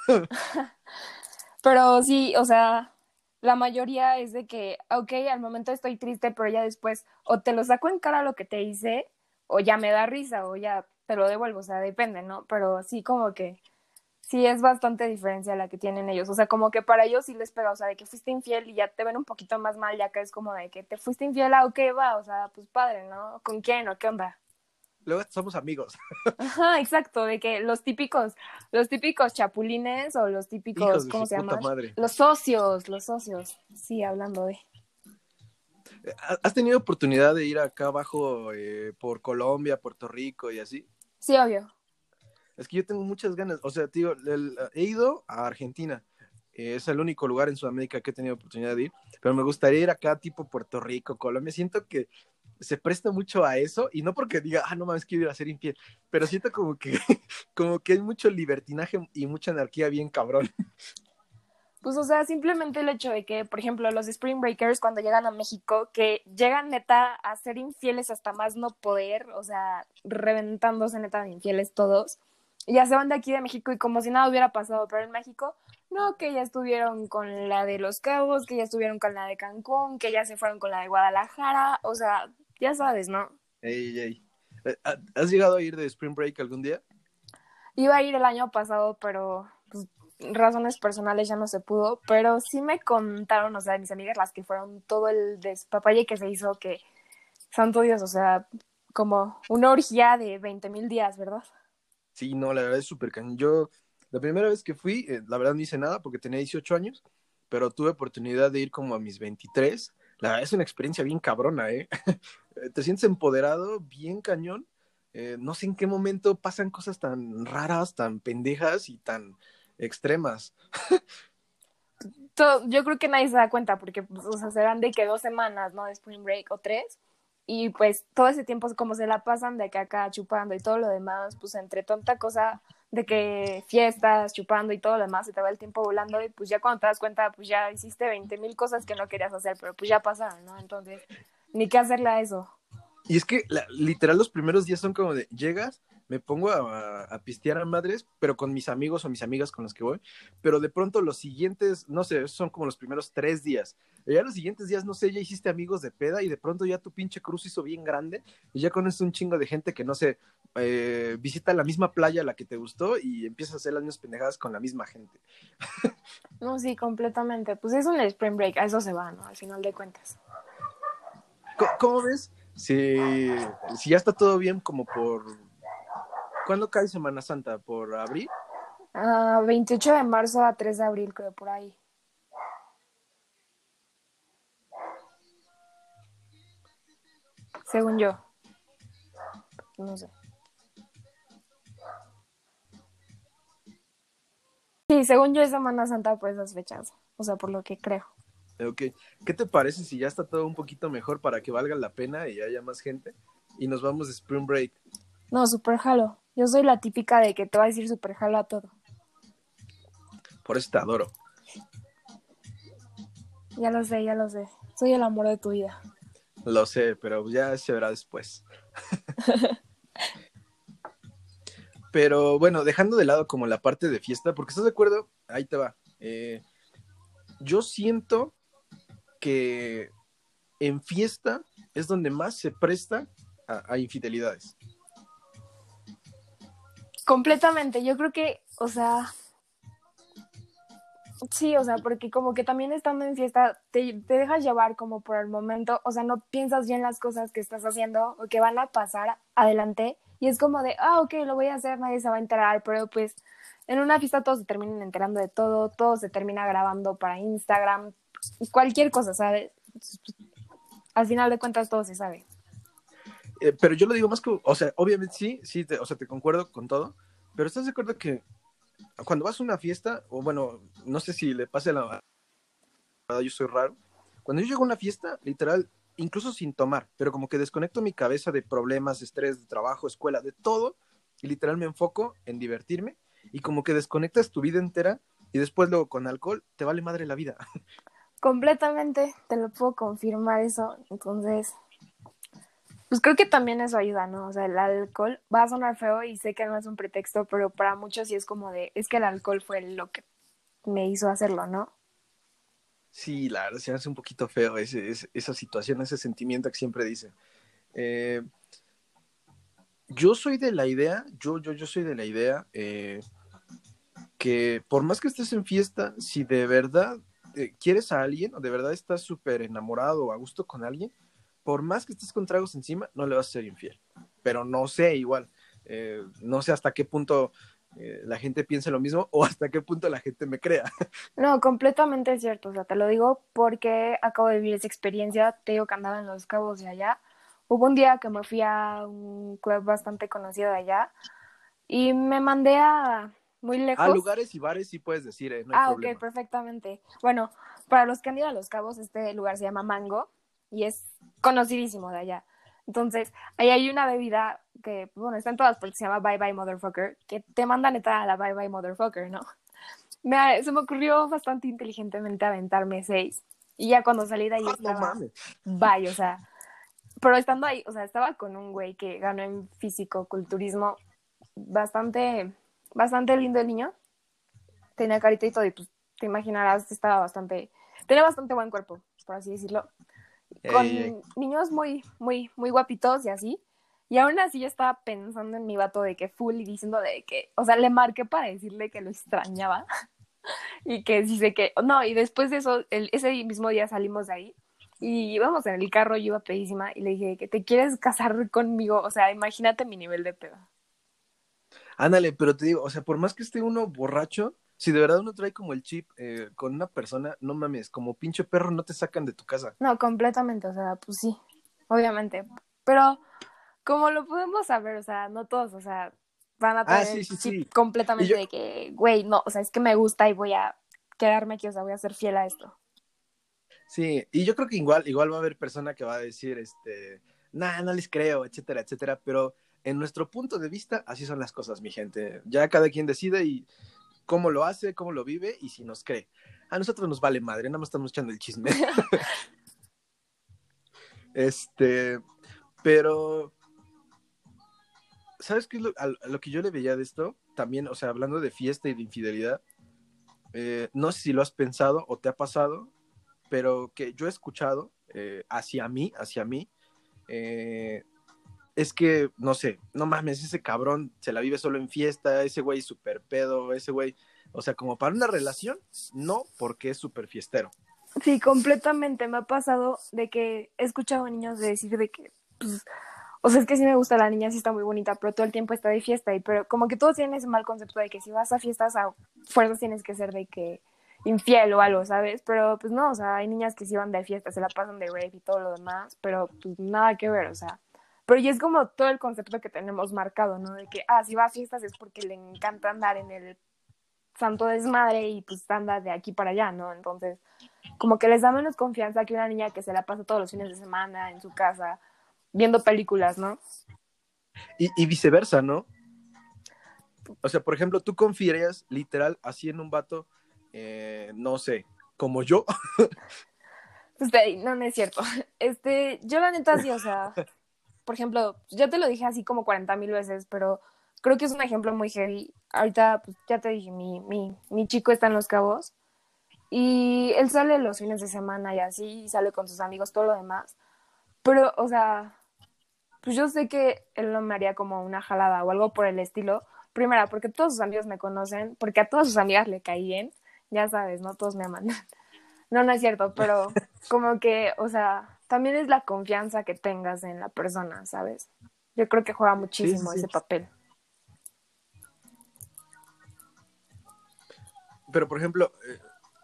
Pero sí, o sea, la mayoría es de que, ok, al momento estoy triste, pero ya después o te lo saco en cara lo que te hice, o ya me da risa, o ya te lo devuelvo, o sea, depende, ¿no? Pero sí como que, sí es bastante diferencia la que tienen ellos, o sea, como que para ellos sí les pega, o sea, de que fuiste infiel y ya te ven un poquito más mal, ya que es como de que te fuiste infiel, ah, ok, va, o sea, pues padre, ¿no? ¿Con quién o qué onda? Luego somos amigos. Ajá, exacto, de que los típicos, los típicos chapulines o los Hijos típicos, de ¿cómo su se puta llama? madre. Los socios, los socios, sí, hablando de. ¿Has tenido oportunidad de ir acá abajo eh, por Colombia, Puerto Rico y así? Sí, obvio. Es que yo tengo muchas ganas. O sea, tío, el, he ido a Argentina. Eh, es el único lugar en Sudamérica que he tenido oportunidad de ir. Pero me gustaría ir acá tipo Puerto Rico, Colombia. Siento que se presta mucho a eso. Y no porque diga, ah, no mames, quiero ir a ser infiel. Pero siento como que, como que hay mucho libertinaje y mucha anarquía bien cabrón. Pues, o sea, simplemente el hecho de que, por ejemplo, los Spring Breakers cuando llegan a México, que llegan neta a ser infieles hasta más no poder, o sea, reventándose neta de infieles todos, y ya se van de aquí de México y como si nada hubiera pasado, pero en México, no, que ya estuvieron con la de Los Cabos, que ya estuvieron con la de Cancún, que ya se fueron con la de Guadalajara, o sea, ya sabes, ¿no? Ey, ey. Eh, ¿Has llegado a ir de Spring Break algún día? Iba a ir el año pasado, pero pues, razones personales ya no se pudo, pero sí me contaron, o sea, mis amigas las que fueron todo el despapalle que se hizo, que santo Dios, o sea, como una orgía de veinte mil días, ¿verdad? Sí, no, la verdad es súper cañón. Yo, la primera vez que fui, eh, la verdad no hice nada porque tenía dieciocho años, pero tuve oportunidad de ir como a mis veintitrés. La verdad es una experiencia bien cabrona, ¿eh? Te sientes empoderado, bien cañón. Eh, no sé en qué momento pasan cosas tan raras, tan pendejas y tan extremas. Todo, yo creo que nadie se da cuenta porque, pues, o sea, se dan de que dos semanas, ¿no? De Spring Break o tres. Y pues todo ese tiempo como se la pasan de que acá chupando y todo lo demás, pues entre tanta cosa de que fiestas, chupando y todo lo demás, se te va el tiempo volando y pues ya cuando te das cuenta, pues ya hiciste veinte mil cosas que no querías hacer, pero pues ya pasaron, ¿no? Entonces, ni qué hacerle a eso. Y es que la- literal los primeros días son como de, llegas, me pongo a, a pistear a madres, pero con mis amigos o mis amigas con las que voy, pero de pronto los siguientes, no sé, son como los primeros tres días, y ya los siguientes días, no sé, ya hiciste amigos de peda y de pronto ya tu pinche cruz hizo bien grande y ya conoces un chingo de gente que, no sé, eh, visita la misma playa a la que te gustó y empiezas a hacer las mismas pendejadas con la misma gente. No, sí, completamente. Pues es un spring break, a eso se va, ¿no? Al final de cuentas. ¿Cómo, cómo ves? Si, si ya está todo bien como por... ¿Cuándo cae Semana Santa? ¿Por abril? Uh, veintiocho de marzo a tres de abril, creo, por ahí. Según yo. No sé. Sí, según yo es Semana Santa por esas fechas. O sea, por lo que creo. Ok. ¿Qué te parece si ya está todo un poquito mejor para que valga la pena y haya más gente? Y nos vamos de Spring Break. No, super jalo. Yo soy la típica de que te va a decir super jalo a todo. Por eso te adoro. Ya lo sé, ya lo sé. Soy el amor de tu vida. Lo sé, pero ya se verá después. Pero bueno, dejando de lado como la parte de fiesta, porque estás de acuerdo, ahí te va. Eh, yo siento que en fiesta es donde más se presta a, a infidelidades. Completamente. Yo creo que, o sea, sí, o sea, porque como que también estando en fiesta te, te dejas llevar como por el momento, o sea, no piensas bien las cosas que estás haciendo o que van a pasar adelante y es como de, ah, ok, lo voy a hacer, nadie se va a enterar, pero pues en una fiesta todos se terminan enterando de todo, todo se termina grabando para Instagram, cualquier cosa, ¿sabes? Al final de cuentas todo se sabe. Eh, pero yo lo digo más que, o sea, obviamente sí, sí, te, o sea, te concuerdo con todo, pero ¿estás de acuerdo que cuando vas a una fiesta, o bueno, no sé si le pase a la... yo soy raro, cuando yo llego a una fiesta, literal, incluso sin tomar, pero como que desconecto mi cabeza de problemas, estrés, de trabajo, escuela, de todo, y literal me enfoco en divertirme, y como que desconectas tu vida entera, y después luego con alcohol, te vale madre la vida. Completamente, te lo puedo confirmar eso, entonces... Pues creo que también eso ayuda, ¿no? O sea, el alcohol va a sonar feo y sé que no es un pretexto, pero para muchos sí es como de, es que el alcohol fue lo que me hizo hacerlo, ¿no? Sí, la verdad se hace un poquito feo ese, ese, esa situación, ese sentimiento que siempre dice. Eh, yo soy de la idea, yo, yo, yo soy de la idea eh, que por más que estés en fiesta, si de verdad eh, quieres a alguien o de verdad estás súper enamorado o a gusto con alguien, por más que estés con tragos encima, no le vas a ser infiel. Pero no sé, igual, eh, no sé hasta qué punto eh, la gente piense lo mismo o hasta qué punto la gente me crea. No, completamente es cierto, o sea, te lo digo porque acabo de vivir esa experiencia, te digo que andaba en Los Cabos de allá. Hubo un día que me fui a un club bastante conocido de allá y me mandé a muy A lejos. lugares y bares sí puedes decir, eh, no hay Ah, ok, problema. perfectamente. Bueno, para los que han ido a Los Cabos, este lugar se llama Mango y es conocidísimo de allá. Entonces, ahí hay una bebida que, bueno, está en todas partes, se llama Bye Bye Motherfucker, que te manda neta a la Bye Bye Motherfucker, ¿no? Me, se me ocurrió bastante inteligentemente aventarme seis. Y ya cuando salí de ahí Ah, no estaba, mames. bye, o sea, pero estando ahí, o sea, estaba con un güey que ganó en físico-culturismo bastante, bastante lindo el niño. Tenía carita y todo, y pues te imaginarás, estaba bastante, tenía bastante buen cuerpo, por así decirlo. Ey, ey, ey. Con niños muy, muy, muy guapitos y así. Y aún así yo estaba pensando en mi vato de que full y diciendo de que, o sea, le marqué para decirle que lo extrañaba y que dice que, no, y después de eso, el, ese mismo día salimos de ahí y íbamos en el carro, yo iba pedísima y le dije que te quieres casar conmigo, o sea, imagínate mi nivel de pedo. Ándale, pero te digo, o sea, por más que esté uno borracho, si de verdad uno trae como el chip eh, con una persona, no mames, como pinche perro no te sacan de tu casa. No, completamente, o sea, pues sí, obviamente, pero como lo podemos saber, o sea, no todos, o sea, van a Ah, traer sí, el sí, chip sí. Y completamente yo, de que, güey, no, o sea, es que me gusta y voy a quedarme aquí, o sea, voy a ser fiel a esto. sí, y yo creo que igual, igual va a haber persona que va a decir, este, nah, no les creo, etcétera, etcétera, pero en nuestro punto de vista, así son las cosas, mi gente. Ya cada quien decide y cómo lo hace, cómo lo vive y si nos cree. A nosotros nos vale madre, nada más estamos echando el chisme. Este, pero ¿sabes qué es lo, a, a lo que yo le veía de esto? También, o sea, hablando de fiesta y de infidelidad, eh, no sé si lo has pensado o te ha pasado, pero que yo he escuchado eh, hacia mí, hacia mí, eh, es que, no sé, no mames, ese cabrón se la vive solo en fiesta, ese güey súper pedo, ese güey, o sea, como para una relación, no, porque es súper fiestero. Sí, completamente. Me ha pasado de que he escuchado a niños de decir de que, pues, o sea, es que sí me gusta la niña, sí está muy bonita, pero todo el tiempo está de fiesta. Y pero como que todos tienen ese mal concepto de que si vas a fiestas a fuerzas tienes que ser de que infiel o algo, ¿sabes? Pero pues no, o sea, hay niñas que sí van de fiesta, se la pasan de rave y todo lo demás, pero pues nada que ver, o sea. Pero y es como todo el concepto que tenemos marcado, ¿no? De que, ah, si va a fiestas es porque le encanta andar en el santo desmadre y pues anda de aquí para allá, ¿no? Entonces, como que les da menos confianza que una niña que se la pasa todos los fines de semana en su casa viendo películas, ¿no? Y, y viceversa, ¿no? O sea, por ejemplo, tú confiarías literal así en un vato, eh, no sé, como yo. Pues no, no es cierto. Este, yo la neta sí, o sea, por ejemplo, ya te lo dije así como cuarenta mil veces, pero creo que es un ejemplo muy heavy. Ahorita, pues ya te dije, mi, mi, mi chico está en Los Cabos y él sale los fines de semana y así, y sale con sus amigos, todo lo demás. Pero, o sea, pues yo sé que él no me haría como una jalada o algo por el estilo. Primera, porque todos sus amigos me conocen, porque a todas sus amigas le caí bien, ya sabes, ¿no? Todos me aman. No, no es cierto, pero como que, o sea, también es la confianza que tengas en la persona, ¿sabes? Yo creo que juega Sí, sí, muchísimo sí. ese papel. Pero, por ejemplo, eh,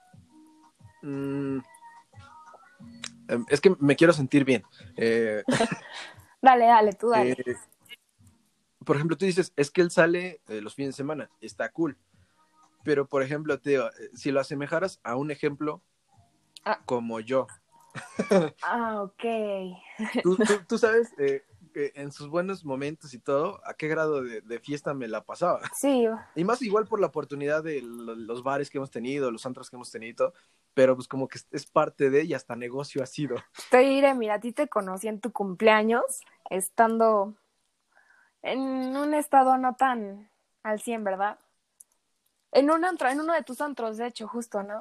mmm, es que me quiero sentir bien. Eh, Dale, dale, tú dale. eh, por ejemplo, tú dices, es que él sale eh, los fines de semana, está cool. Pero, por ejemplo, te digo, eh, si lo asemejaras a un ejemplo Ah, como yo, ah ok. tú, tú, tú sabes eh, que en sus buenos momentos y todo, a qué grado de, de fiesta me la pasaba. Sí, Y más igual por la oportunidad de lo- los bares que hemos tenido, los antros que hemos tenido, pero pues como que es, es parte de y hasta negocio ha sido. te diré, mira, a ti te conocí en tu cumpleaños, estando en un estado no tan al cien, ¿verdad? En un antro, en uno de tus antros, de hecho, justo, ¿no?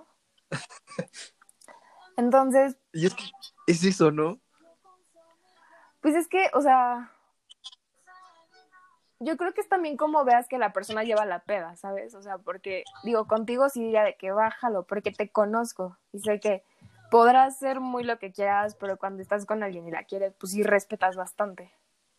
Entonces, Y es que es eso, ¿no? pues es que, o sea, yo creo que es también como veas que la persona lleva la peda, ¿sabes? O sea, porque, digo, contigo sí diría de que bájalo, porque te conozco y sé que podrás ser muy lo que quieras, pero cuando estás con alguien y la quieres, pues sí respetas bastante.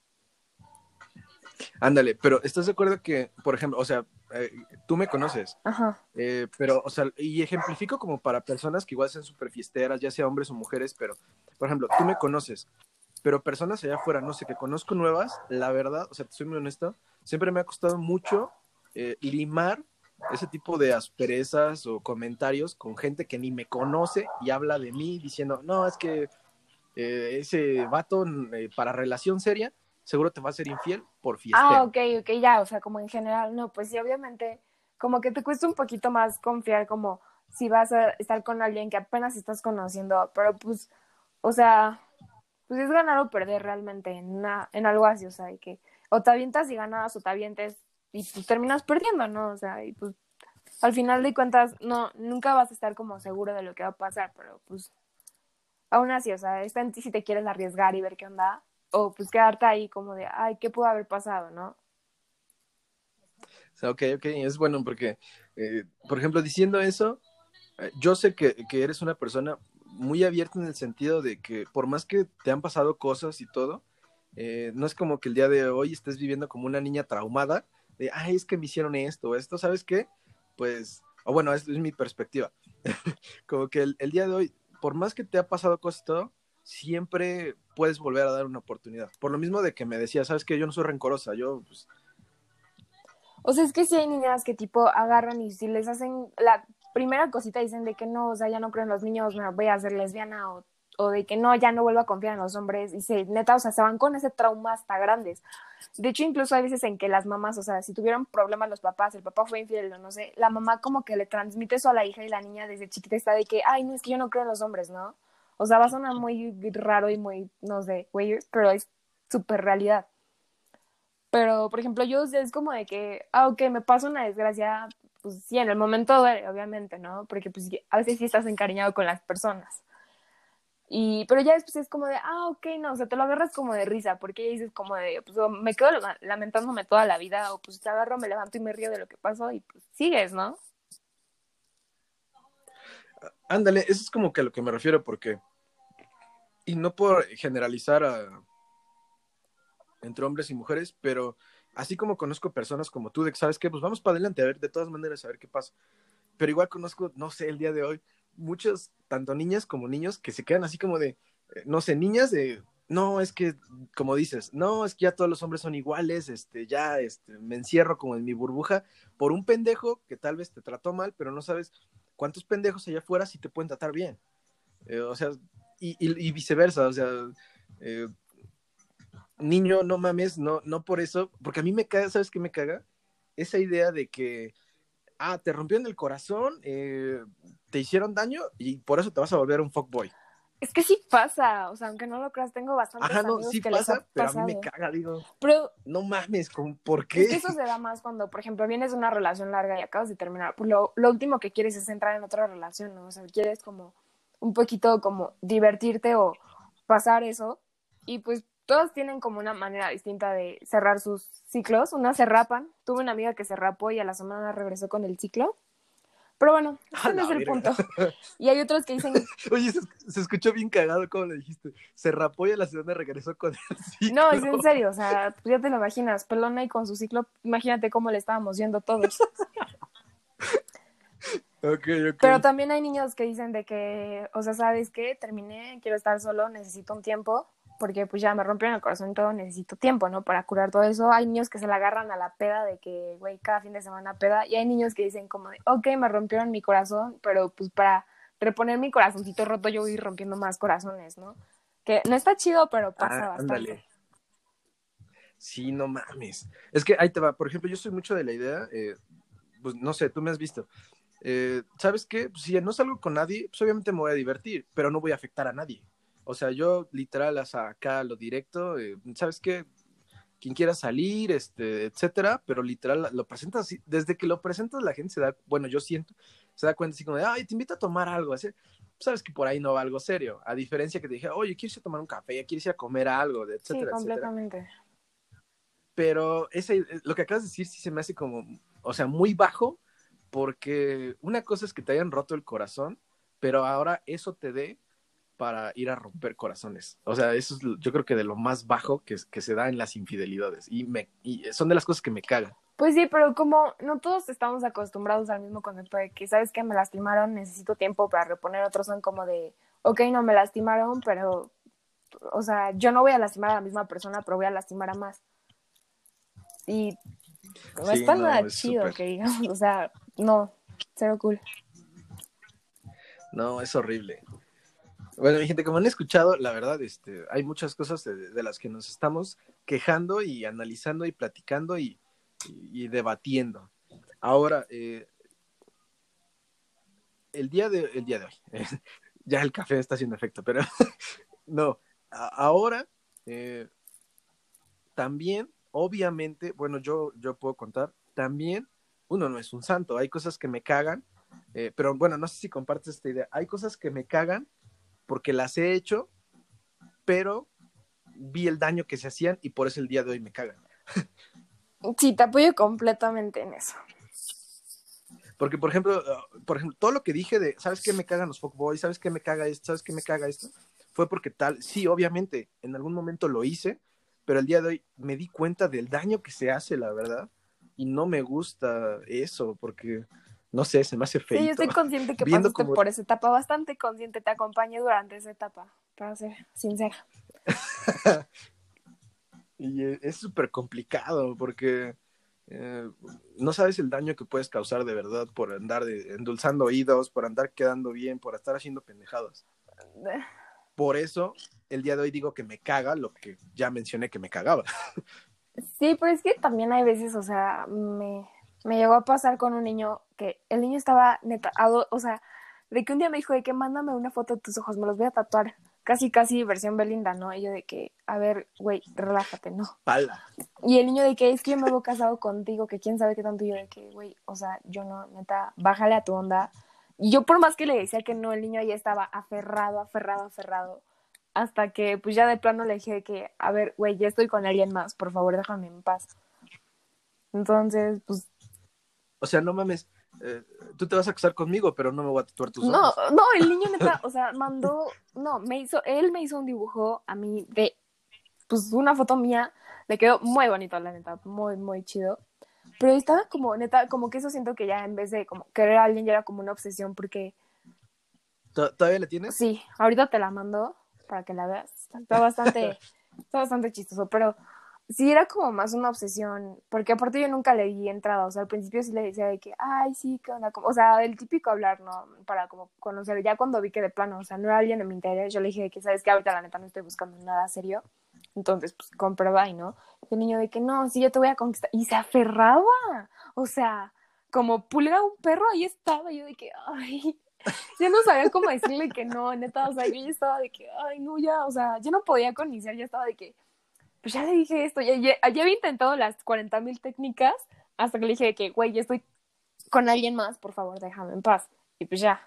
Ándale, pero ¿estás de acuerdo que, por ejemplo, o sea, eh, tú me conoces, Ajá. eh, pero, o sea, y ejemplifico como para personas que igual sean súper fiesteras, ya sea hombres o mujeres, pero, por ejemplo, tú me conoces, pero personas allá afuera, no sé, que conozco nuevas, la verdad, o sea, te soy muy honesto, siempre me ha costado mucho eh, limar ese tipo de asperezas o comentarios con gente que ni me conoce y habla de mí diciendo, no, es que eh, ese vato eh, para relación seria seguro te va a ser infiel por Ah, fiestero. ok, ok, ya, o sea, como en general, no, pues sí, obviamente, como que te cuesta un poquito más confiar como si vas a estar con alguien que apenas estás conociendo, pero pues, o sea, pues es ganar o perder realmente en, una, en algo así, o sea, y que o te avientas y ganas o te avientes y pues terminas perdiendo, ¿no? O sea, y pues al final de cuentas no, nunca vas a estar como seguro de lo que va a pasar, pero pues aún así, o sea, está en ti si te quieres arriesgar y ver qué onda, o pues quedarte ahí como de, ay, ¿qué pudo haber pasado, no? O sea, ok, ok, es bueno porque, eh, por ejemplo, diciendo eso, eh, yo sé que, que eres una persona muy abierta en el sentido de que por más que te han pasado cosas y todo, eh, no es como que el día de hoy estés viviendo como una niña traumada de, ay, es que me hicieron esto o esto, ¿sabes qué? Pues, o bueno, es, es mi perspectiva. Como que el, el día de hoy, por más que te ha pasado cosas y todo, siempre puedes volver a dar una oportunidad. Por lo mismo de que me decía, ¿sabes qué? Yo no soy rencorosa, yo, pues, O sea, es que sí hay niñas que tipo agarran y si les hacen la primera cosita dicen de que no, o sea, ya no creo en los niños, me voy a hacer lesbiana o, o de que no, ya no vuelvo a confiar en los hombres y se, neta, o sea, se van con ese trauma hasta grandes. De hecho, incluso hay veces en que las mamás, o sea, si tuvieron problemas los papás, el papá fue infiel o no sé, la mamá como que le transmite eso a la hija y la niña desde chiquita está de que, ay, no, es que yo no creo en los hombres, ¿no? O sea, va a sonar muy raro y muy, no sé, weird, pero es súper realidad. Pero, por ejemplo, yo es como de que, ah, ok, me pasa una desgracia, pues sí, en el momento duele, obviamente, ¿no? Porque pues a veces sí estás encariñado con las personas. Y, pero ya después es como de, ah, ok, no, o sea, te lo agarras como de risa, porque ya dices como de, pues me quedo lamentándome toda la vida, o pues te agarro, me levanto y me río de lo que pasó y pues sigues, ¿no? Ándale, eso es como que a lo que me refiero, porque, y no por generalizar a, entre hombres y mujeres, pero así como conozco personas como tú, de que sabes que, pues vamos para adelante, a ver, de todas maneras, a ver qué pasa. Pero igual conozco, no sé, el día de hoy, muchos, tanto niñas como niños, que se quedan así como de, eh, no sé, niñas de, no, es que, como dices, no, es que ya todos los hombres son iguales, este, ya, este, me encierro como en mi burbuja por un pendejo que tal vez te trató mal, pero no sabes cuántos pendejos allá afuera sí te pueden tratar bien. Eh, o sea, y, y, y viceversa, o sea, eh, niño, no mames, no, no por eso, porque a mí me caga, ¿sabes qué me caga? Esa idea de que, ah, te rompieron el corazón, eh, te hicieron daño y por eso te vas a volver un fuckboy. Es que sí pasa, o sea, aunque no lo creas, tengo bastantes Ajá, no, amigos sí que les ha pasa, pero a mí me pasado. caga, digo, Pero no mames, ¿por es qué? que eso se da más cuando, por ejemplo, vienes de una relación larga y acabas de terminar. Pues lo, lo último que quieres es entrar en otra relación, ¿no? O sea, quieres como un poquito como divertirte o pasar eso. Y pues todos tienen como una manera distinta de cerrar sus ciclos. Unas se rapan. Tuve una amiga que se rapó y a la semana regresó con el ciclo. Pero bueno, A ese no es la el verga. punto. Y hay otros que dicen, Oye, se, se escuchó bien cagado como le dijiste. Se rapó y a la ciudad regresó con el no, es ciclo. en serio, o sea, pues ya te lo imaginas, pelona y con su ciclo, imagínate cómo le estábamos yendo todos. Ok, ok. Pero también hay niños que dicen de que, o sea, ¿sabes qué? Terminé, quiero estar solo, necesito un tiempo, porque pues ya me rompieron el corazón y todo, necesito tiempo, ¿no? Para curar todo eso. Hay niños que se la agarran a la peda de que, güey, cada fin de semana peda, y hay niños que dicen como de, ok, me rompieron mi corazón, pero pues para reponer mi corazoncito roto yo voy a ir rompiendo más corazones, ¿no? Que no está chido, pero pasa Ah, bastante. ándale. Sí, no mames. Es que ahí te va. Por ejemplo, yo soy mucho de la idea, eh, pues no sé, tú me has visto. Eh, ¿Sabes qué? Pues, si no salgo con nadie, pues obviamente me voy a divertir, pero no voy a afectar a nadie. O sea, yo literal, hasta acá lo directo, eh, ¿sabes qué? Quien quiera salir, este, etcétera, pero literal lo presentas así, desde que lo presentas la gente se da, bueno, yo siento, se da cuenta así como de, ay, te invito a tomar algo, así, sabes que por ahí no va algo serio, a diferencia que te dije, oye, ¿quieres ir a tomar un café? ¿Quieres ir a comer algo? Sí, Etcétera, etcétera. completamente. Pero ese, lo que acabas de decir sí se me hace como, o sea, muy bajo, porque una cosa es que te hayan roto el corazón, pero ahora eso te dé para ir a romper corazones. O sea, eso es yo creo que de lo más bajo que, que se da en las infidelidades. Y, me, y son de las cosas que me cagan. Pues sí, pero como no todos estamos acostumbrados al mismo concepto de que, ¿sabes que me lastimaron, necesito tiempo para reponer? Otros son como de, ok, no me lastimaron, pero, o sea, yo no voy a lastimar a la misma persona, pero voy a lastimar a más. Y no Sí, está no, nada es chido, súper. que digamos, o sea, no, cero cool. No, es horrible. Bueno, mi gente, como han escuchado, la verdad, este, hay muchas cosas de, de las que nos estamos quejando y analizando y platicando y, y, y debatiendo. Ahora, eh, el día de, el día de hoy, ya el café está haciendo efecto, pero no, a, ahora eh, también, obviamente, bueno, yo, yo puedo contar, también uno no es un santo, hay cosas que me cagan, eh, pero bueno, no sé si compartes esta idea, hay cosas que me cagan porque las he hecho, pero vi el daño que se hacían y por eso el día de hoy me cagan. Sí, te apoyo completamente en eso. Porque, por ejemplo, uh, por ejemplo, todo lo que dije de, ¿sabes qué me cagan los fuckboys? ¿Sabes qué me caga esto? ¿Sabes qué me caga esto? Fue porque tal, sí, obviamente, en algún momento lo hice, pero el día de hoy me di cuenta del daño que se hace, la verdad, y no me gusta eso, porque, no sé, se me hace Sí, yo feito. estoy consciente que Viendo pasaste como, por esa etapa, bastante consciente, te acompañé durante esa etapa, para ser sincera. y es súper complicado, porque eh, no sabes el daño que puedes causar de verdad por andar de, endulzando oídos, por andar quedando bien, por estar haciendo pendejadas. Por eso, el día de hoy digo que me caga lo que ya mencioné que me cagaba. Sí, pero es que también hay veces, o sea, me, me llegó a pasar con un niño que el niño estaba neta, ado- o sea, de que un día me dijo de que mándame una foto de tus ojos, me los voy a tatuar. casi, casi versión Belinda, ¿no? Y yo de que, a ver, güey, relájate, ¿no? Pala. Y el niño de que, es que yo me veo casado contigo, que quién sabe qué tanto. Y yo de que, güey, o sea, yo no, neta, bájale a tu onda. Y yo por más que le decía que no, el niño ya estaba aferrado, aferrado, aferrado. Hasta que, pues ya de plano le dije que, a ver, güey, ya estoy con alguien más, por favor, déjame en paz. Entonces, pues, O sea, no mames, eh, tú te vas a casar conmigo, pero no me voy a tatuar tus no, ojos. no, el niño neta, o sea, mandó, no, me hizo, él me hizo un dibujo a mí de, pues, una foto mía, le quedó muy bonito, la neta, muy, muy chido. Pero estaba como, neta, como que eso siento que ya en vez de como querer a alguien ya era como una obsesión, porque ¿T- ¿Todavía le tienes? sí, ahorita te la mando para que la veas. Está bastante, está bastante chistoso, pero sí era como más una obsesión, porque aparte yo nunca le di entrada, o sea, al principio sí le decía de que, ay, sí, qué onda, como, o sea, el típico hablar, ¿no? Para como conocer, ya cuando vi que de plano, o sea, no era alguien de mi interés, yo le dije de que, sabes que ahorita la neta no estoy buscando nada serio, entonces, pues, comprueba y no. Y el niño de que, no, sí, yo te voy a conquistar, y se aferraba, o sea, como pulga un perro, ahí estaba, yo de que, ay, yo no sabía cómo decirle que no, neta, o sea, yo ya estaba de que, ay, no, ya, o sea, yo no podía con iniciar, ya estaba de que, pues ya le dije esto, ya, ya, ya había intentado las cuarenta mil técnicas, hasta que le dije de que, güey, ya estoy con alguien más, por favor, déjame en paz, y pues ya.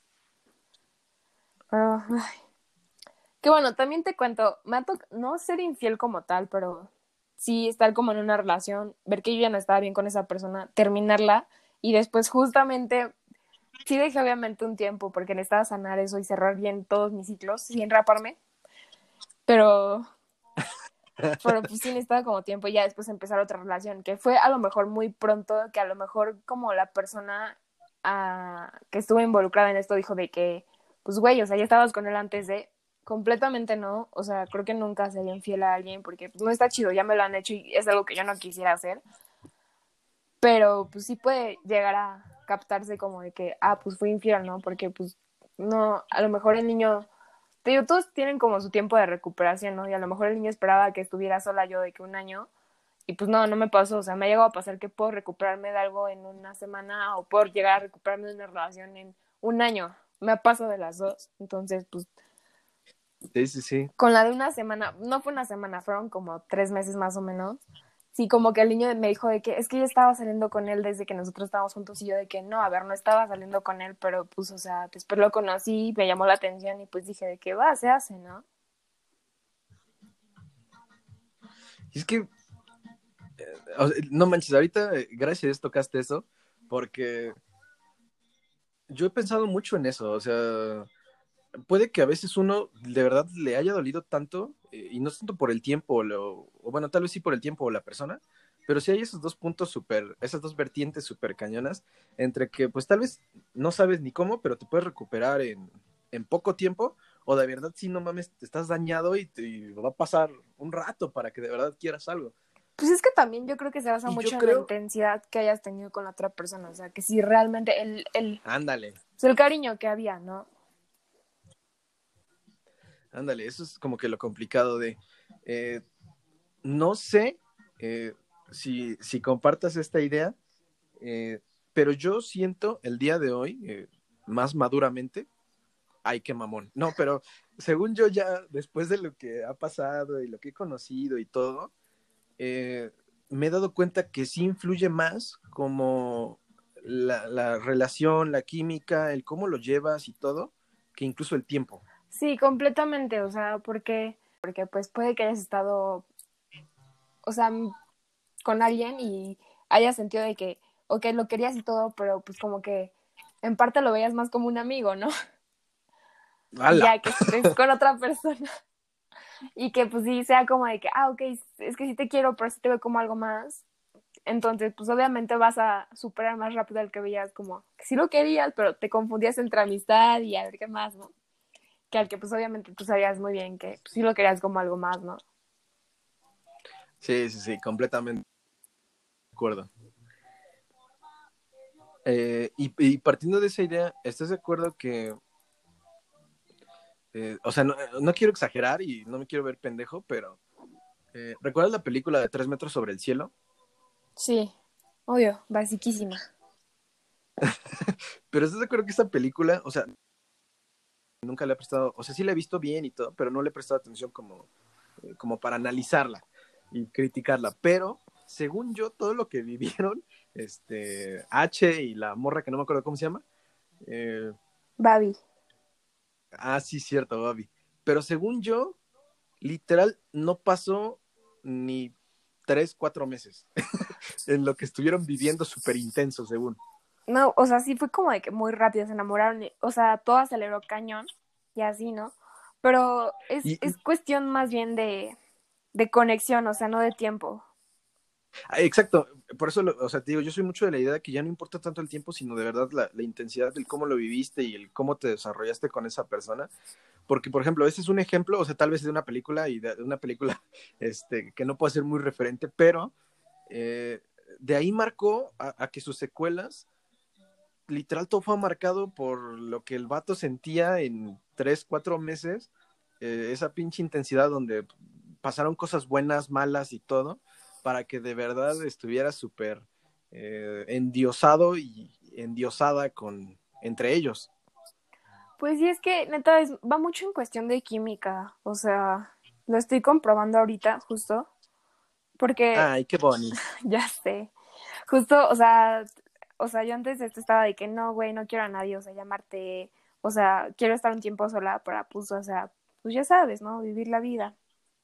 Pero, ay, que bueno, también te cuento, me ha tocado, no ser infiel como tal, pero sí estar como en una relación, ver que yo ya no estaba bien con esa persona, terminarla, y después justamente sí dejé obviamente un tiempo porque necesitaba sanar eso y cerrar bien todos mis ciclos sin raparme, pero, pero pues sí necesitaba como tiempo y ya después empezar otra relación, que fue a lo mejor muy pronto, que a lo mejor como la persona uh, que estuvo involucrada en esto dijo de que, pues güey, o sea, ya estabas con él antes de, completamente no, o sea, creo que nunca sería infiel a alguien porque pues, no está chido, ya me lo han hecho y es algo que yo no quisiera hacer, pero pues sí puede llegar a captarse como de que, ah, pues fui infiel, ¿no? Porque pues no, a lo mejor el niño, te digo, todos tienen como su tiempo de recuperación, ¿no? Y a lo mejor el niño esperaba que estuviera sola yo de que un año, y pues no, no me pasó, o sea, me ha llegado a pasar que puedo recuperarme de algo en una semana o puedo llegar a recuperarme de una relación en un año, me ha pasado de las dos, entonces pues Sí, sí, sí. con la de una semana, no fue una semana, fueron como tres meses más o menos. Sí, como que el niño me dijo de que es que yo estaba saliendo con él desde que nosotros estábamos juntos y yo de que no, a ver, no estaba saliendo con él, pero pues, o sea, después lo conocí, me llamó la atención y pues dije de que va, se hace, ¿no? Y es que, eh, o sea, no manches, ahorita, eh, gracias a Dios tocaste eso, porque yo he pensado mucho en eso, o sea, puede que a veces uno de verdad le haya dolido tanto, eh, y no es tanto por el tiempo, o, lo, o bueno, tal vez sí por el tiempo o la persona, pero sí hay esos dos puntos súper, esas dos vertientes súper cañonas, entre que pues tal vez no sabes ni cómo, pero te puedes recuperar en, en poco tiempo, o de verdad sí, no mames, te estás dañado y te y va a pasar un rato para que de verdad quieras algo. Pues es que también yo creo que se basa Y yo mucho en la creo, intensidad que hayas tenido con la otra persona, o sea, que si realmente el, el, ándale, pues el cariño que había, ¿no? ándale, eso es como que lo complicado de, eh, no sé eh, si, si compartas esta idea, eh, pero yo siento el día de hoy, eh, más maduramente, ay, qué mamón. No, pero según yo ya, después de lo que ha pasado y lo que he conocido y todo, eh, me he dado cuenta que sí influye más como la, la relación, la química, el cómo lo llevas y todo, que incluso el tiempo. Sí, completamente, o sea, porque, porque pues puede que hayas estado, o sea, con alguien y hayas sentido de que, ok, lo querías y todo, pero pues como que en parte lo veías más como un amigo, ¿no? Y ¡Hala! ya que estés con otra persona y que pues sí sea como de que, ah, ok, es que sí te quiero, pero sí te veo como algo más. Entonces, pues obviamente vas a superar más rápido al que veías como que sí lo querías, pero te confundías entre amistad y a ver qué más, ¿no? Que al que pues obviamente tú sabías muy bien que pues, sí lo querías como algo más, ¿no? Sí, sí, sí, completamente de acuerdo. Eh, y, y partiendo de esa idea, ¿estás de acuerdo que, eh, o sea, no, no quiero exagerar y no me quiero ver pendejo, pero eh, ¿recuerdas la película de Tres metros sobre el cielo? Sí, obvio, basiquísima. Pero ¿estás de acuerdo que esta película, o sea, nunca le he prestado, o sea, sí la he visto bien y todo, pero no le he prestado atención como, eh, como para analizarla y criticarla. Pero, según yo, todo lo que vivieron, este, H y la morra que no me acuerdo cómo se llama, eh, Babi. ah, sí, cierto, Bobby. Pero según yo, literal, no pasó ni tres, cuatro meses en lo que estuvieron viviendo súper intenso, según. No, o sea, sí fue como de que muy rápido se enamoraron, y- o sea, todo aceleró cañón y así, ¿no? Pero es, Y, es cuestión más bien de, de conexión, o sea, no de tiempo. ah, exacto, por eso, lo, o sea, te digo, yo soy mucho de la idea de que ya no importa tanto el tiempo, sino de verdad la, la intensidad del cómo lo viviste y el cómo te desarrollaste con esa persona. Porque, por ejemplo, ese es un ejemplo, o sea, tal vez de una película y de, de una película este, que no puede ser muy referente, pero eh, de ahí marcó a, a que sus secuelas, literal, todo fue marcado por lo que el vato sentía en tres, cuatro meses, eh, esa pinche intensidad donde pasaron cosas buenas, malas y todo, para que de verdad estuviera súper eh, endiosado y endiosada con, entre ellos. Pues sí, es que neta es, va mucho en cuestión de química, o sea, lo estoy comprobando ahorita justo, porque Ay, qué bonito. ya sé, justo, o sea, o sea, yo antes de esto estaba de que no, güey, no quiero a nadie, o sea, llamarte, o sea, quiero estar un tiempo sola para, pues, o sea, pues ya sabes, ¿no? Vivir la vida.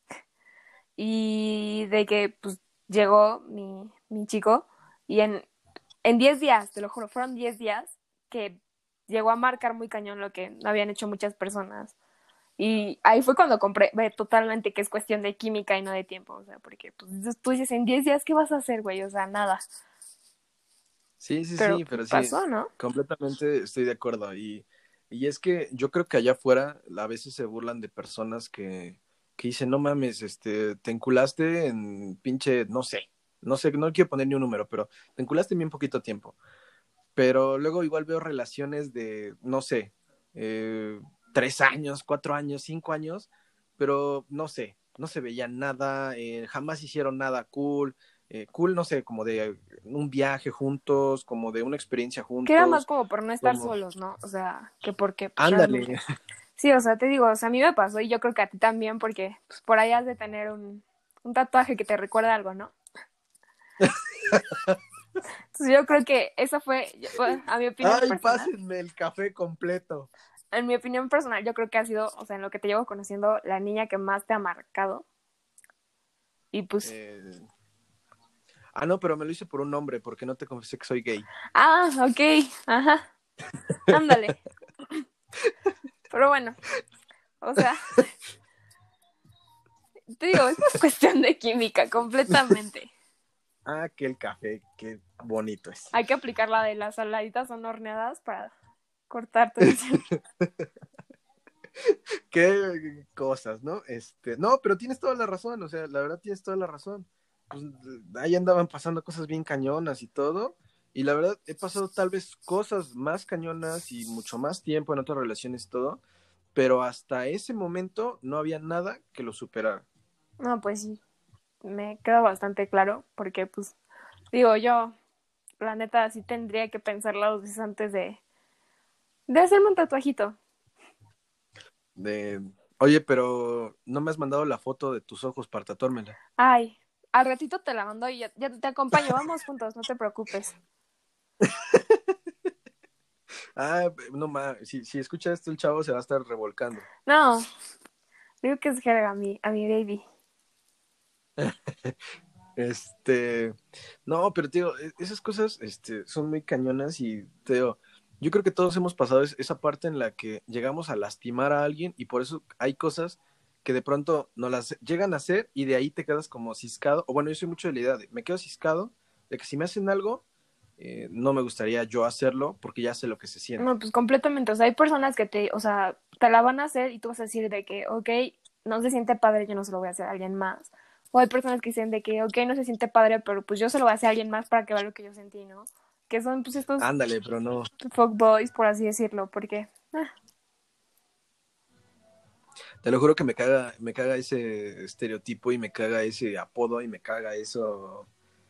Y de que, pues, llegó mi, mi chico y en, en diez días, te lo juro, fueron diez días que llegó a marcar muy cañón lo que no habían hecho muchas personas. Y ahí fue cuando compré ve, totalmente que es cuestión de química y no de tiempo, o sea, porque pues, tú dices, en diez días, ¿qué vas a hacer, güey? O sea, nada. Sí, sí, Pero sí, pues pero sí, pasó, ¿no? completamente estoy de acuerdo. Y, y es que yo creo que allá afuera a veces se burlan de personas que, que dicen, no mames, este, te enculaste en pinche, no sé, no sé, no quiero poner ni un número, pero te enculaste en bien poquito tiempo. Pero luego igual veo relaciones de, no sé, eh, tres años, cuatro años, cinco años, pero no sé, no se veía nada, eh, jamás hicieron nada cool, eh, cool, no sé, como de un viaje juntos, como de una experiencia Que era más juntos, como por no estar como, solos, ¿no? O sea, que porque pues ándale, realmente. Sí, o sea, te digo, o sea, a mí me pasó y yo creo que a ti también porque pues, por ahí has de tener un, un tatuaje que te recuerda algo, ¿no? Entonces yo creo que esa fue, yo- bueno, a mi opinión ay, personal, pásenme el café completo. en mi opinión personal, yo creo que ha sido, o sea, en lo que te llevo conociendo, la niña que más te ha marcado. Y pues, Eh, ah, no, pero me lo hice por un nombre, porque no te confesé que soy gay. ah, ok, ajá, ándale. Pero bueno, o sea, te digo, es más cuestión de química, completamente. Ah, que el café, qué bonito es. Hay que aplicar la de las saladitas son horneadas para cortar tensión. Qué cosas, ¿no? Este, no, pero tienes toda la razón, o sea, la verdad tienes toda la razón. Pues, ahí andaban pasando cosas bien cañonas y todo, y la verdad he pasado tal vez cosas más cañonas y mucho más tiempo en otras relaciones y todo, pero hasta ese momento no había nada que lo superara. No, pues sí, me queda bastante claro, porque pues, digo, yo, la neta, sí tendría que pensarla dos veces antes de, de hacerme un tatuajito. De, oye, pero no me has mandado la foto de tus ojos para tatuármela. Ay, al ratito te la mando y ya, ya te acompaño, vamos juntos, no te preocupes. Ah, no más, si, si escucha esto el chavo se va a estar revolcando. No, digo que es jerga a mi, a mi baby. Este, no, pero te digo, e- esas cosas, este, son muy cañonas y te digo, yo creo que todos hemos pasado es- esa parte en la que llegamos a lastimar a alguien y por eso hay cosas que de pronto no las llegan a hacer y de ahí te quedas como ciscado, o bueno, yo soy mucho de la idea de, me quedo ciscado de que si me hacen algo, eh, no me gustaría yo hacerlo porque ya sé lo que se siente. No, pues completamente, o sea, hay personas que te, o sea, te la van a hacer y tú vas a decir de que, ok, no se siente padre, yo no se lo voy a hacer a alguien más. O hay personas que dicen de que, ok, no se siente padre, pero pues yo se lo voy a hacer a alguien más para que vea lo que yo sentí, ¿no? Que son pues estos Ándale, pero no, fuckboys, por así decirlo, porque, ah, te lo juro que me caga, me caga ese estereotipo y me caga ese apodo y me caga eso.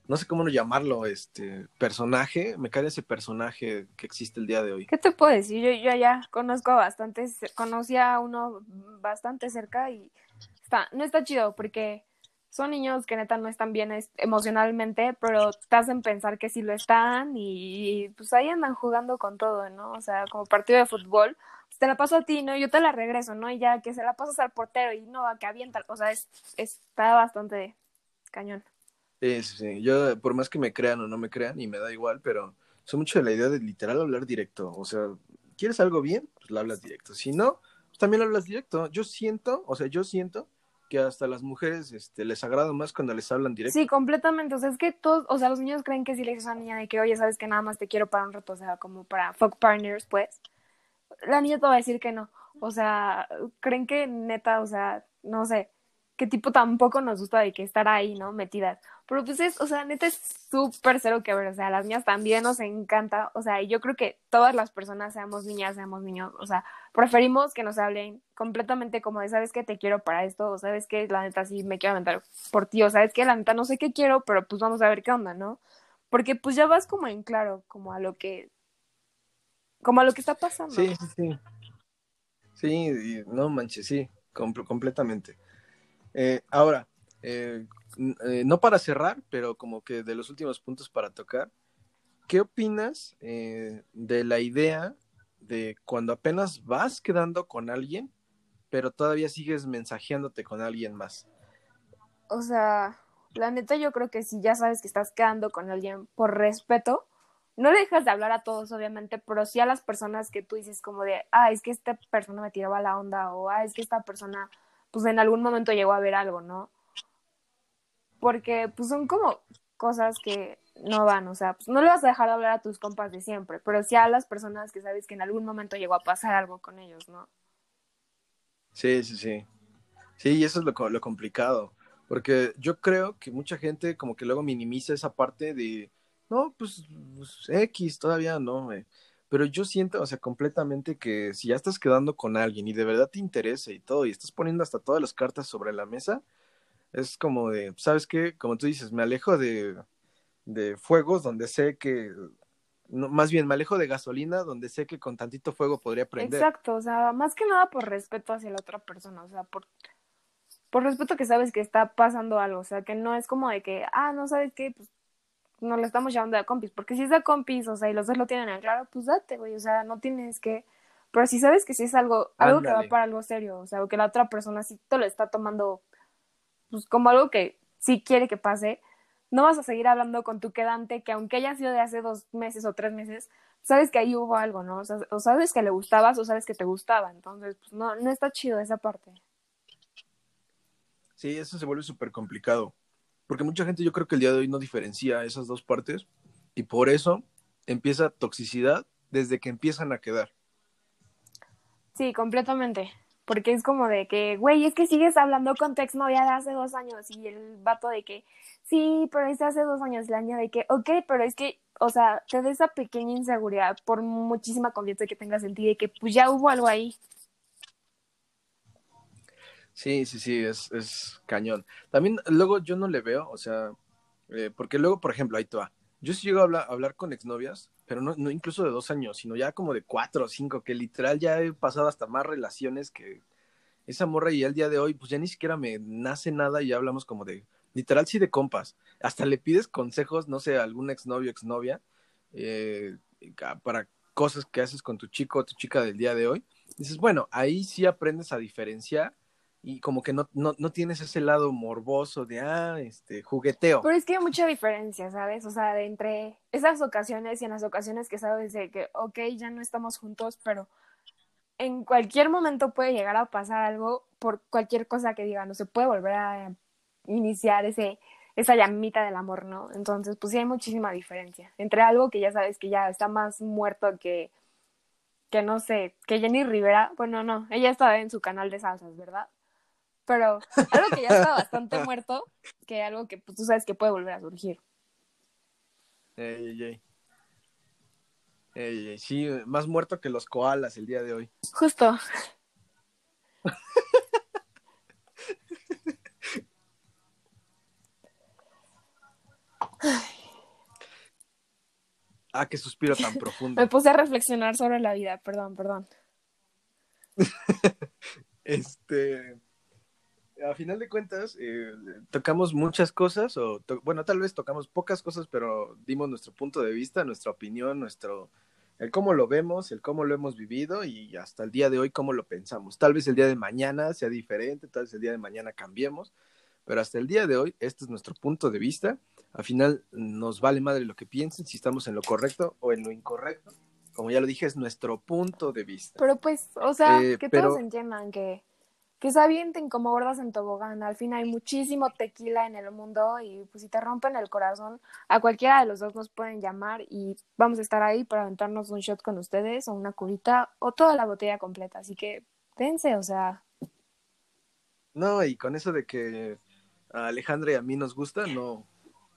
no sé cómo llamarlo, este personaje, me cae ese personaje que existe el día de hoy. ¿Qué te puedo decir? Yo, yo ya conozco a bastantes, conocí a uno bastante cerca y está, no está chido porque son niños que neta no están bien es- emocionalmente, pero te hacen pensar que sí lo están y, pues ahí andan jugando con todo, ¿no? O sea, como partido de fútbol, pues te la paso a ti, ¿no? Yo te la regreso, ¿no? Y ya que se la pasas al portero y no, a que avienta, o sea, es, está bastante cañón. Sí, sí, sí. Yo, por más que me crean o no me crean, y me da igual, pero soy mucho de la idea de literal hablar directo. O sea, ¿quieres algo bien? Pues lo hablas directo. Si no, pues también lo hablas directo. Yo siento, o sea, yo siento que hasta a las mujeres este, les agrada más cuando les hablan Sí, directo. completamente. O sea, es que todos, o sea, los niños creen que si le dices a una niña de que, oye, sabes que nada más te quiero para un rato, o sea, como para fuck partners, pues, la niña te va a decir que no. O sea, creen que neta, o sea, no sé, qué tipo tampoco nos gusta de que estar ahí, ¿no? Metidas. Pero pues es, o sea, neta es súper cero que ver. O sea, a las niñas también nos encanta. O sea, y yo creo que todas las personas, seamos niñas, seamos niños, o sea, preferimos que nos hablen completamente como de, ¿sabes qué? Te quiero para esto, o sabes qué, la neta sí me quiero aventar por ti, o sabes qué, la neta no sé qué quiero, pero pues vamos a ver qué onda, ¿no? Porque pues ya vas como en claro, como a lo que, como a lo que está pasando. Sí, sí, sí. Sí, y no manches, sí, com- completamente. Eh, ahora, eh, n- eh, no para cerrar, pero como que de los últimos puntos para tocar, ¿qué opinas eh, de la idea de cuando apenas vas quedando con alguien, pero todavía sigues mensajeándote con alguien más? O sea, la neta yo creo que si ya sabes que estás quedando con alguien por respeto, no le dejas de hablar a todos, obviamente, pero sí a las personas que tú dices como de, ah, es que esta persona me tiraba la onda o, ah, es que esta persona, pues en algún momento llegó a ver algo, ¿no? Porque pues son como cosas que no van, o sea, pues no le vas a dejar de hablar a tus compas de siempre, pero sí a las personas que sabes que en algún momento llegó a pasar algo con ellos, ¿no? Sí, sí, sí. Sí, y eso es lo, co- lo complicado, porque yo creo que mucha gente como que luego minimiza esa parte de, no, pues, pues, X, todavía no, eh. Pero yo siento, o sea, completamente que si ya estás quedando con alguien y de verdad te interesa y todo, y estás poniendo hasta todas las cartas sobre la mesa, es como de, ¿sabes qué? Como tú dices, me alejo de, de fuegos donde sé que, no, más bien me alejo de gasolina donde sé que con tantito fuego podría prender. Exacto, o sea, más que nada por respeto hacia la otra persona, o sea, por por respeto que sabes que está pasando algo, o sea, que no es como de que, ah, no sabes qué, pues nos le estamos llevando de compis, porque si es de compis, o sea, y los dos lo tienen en claro, pues date, güey, o sea, no tienes que, pero si sabes que si es algo, algo que va Ándale. para algo serio, o sea, o que la otra persona sí te lo está tomando, pues como algo que sí quiere que pase, no vas a seguir hablando con tu quedante, que aunque haya sido de hace dos meses o tres meses, sabes que ahí hubo algo, ¿no? O sea, o sabes que le gustabas o sabes que te gustaba, entonces, pues no, no está chido esa parte. Sí, eso se vuelve súper complicado. Porque mucha gente yo creo que el día de hoy no diferencia esas dos partes y por eso empieza toxicidad desde que empiezan a quedar. Sí, completamente. Porque es como de que, güey, es que sigues hablando con tu exnovia de hace dos años y el vato de que, sí, pero es de hace dos años, la niña de que, ok, pero es que, o sea, te da esa pequeña inseguridad por muchísima confianza que tengas en ti de que pues ya hubo algo ahí. Sí, sí, sí, es, es cañón. También luego yo no le veo, o sea, eh, porque luego, por ejemplo, ahí te va. Yo sí llego a hablar, a hablar con exnovias, pero no, no incluso de dos años, sino ya como de cuatro o cinco, que literal ya he pasado hasta más relaciones que esa morra y al día de hoy, pues ya ni siquiera me nace nada y ya hablamos como de, literal sí de compas. Hasta le pides consejos, no sé, a algún exnovio, exnovia, eh, para cosas que haces con tu chico o tu chica del día de hoy. Dices, bueno, ahí sí aprendes a diferenciar y como que no, no, no tienes ese lado morboso de, ah, este, jugueteo. Pero es que hay mucha diferencia, ¿sabes? O sea, de entre esas ocasiones y en las ocasiones que sabes de que, ok, ya no estamos juntos, pero en cualquier momento puede llegar a pasar algo por cualquier cosa que diga, no se puede volver a iniciar ese, esa llamita del amor, ¿no? Entonces, pues sí hay muchísima diferencia entre algo que ya sabes que ya está más muerto que, que no sé, que Jenny Rivera, bueno, no, ella estaba en su canal de salsas, ¿verdad? Pero algo que ya está bastante muerto que algo que pues, tú sabes que puede volver a surgir. Ey, ey, ey. Ey, ey, sí, más muerto que los koalas el día de hoy. Justo. Ah, qué suspiro tan Me profundo. puse a reflexionar sobre la vida, perdón, perdón. Este, a final de cuentas, eh, tocamos muchas cosas, o to- bueno, tal vez tocamos pocas cosas, pero dimos nuestro punto de vista, nuestra opinión, nuestro, el cómo lo vemos, el cómo lo hemos vivido y hasta el día de hoy cómo lo pensamos. Tal vez el día de mañana sea diferente, tal vez el día de mañana cambiemos, pero hasta el día de hoy este es nuestro punto de vista. Al final nos vale madre lo que piensen, si estamos en lo correcto o en lo incorrecto. Como ya lo dije, es nuestro punto de vista. Pero pues, o sea, Eh, que todos pero entiendan que, que se avienten como gordas en tobogán. Al fin hay muchísimo tequila en el mundo y pues si te rompen el corazón, a cualquiera de los dos nos pueden llamar y vamos a estar ahí para aventarnos un shot con ustedes o una cubita o toda la botella completa. Así que dense, o sea, no, y con eso de que a Alejandra y a mí nos gusta, no.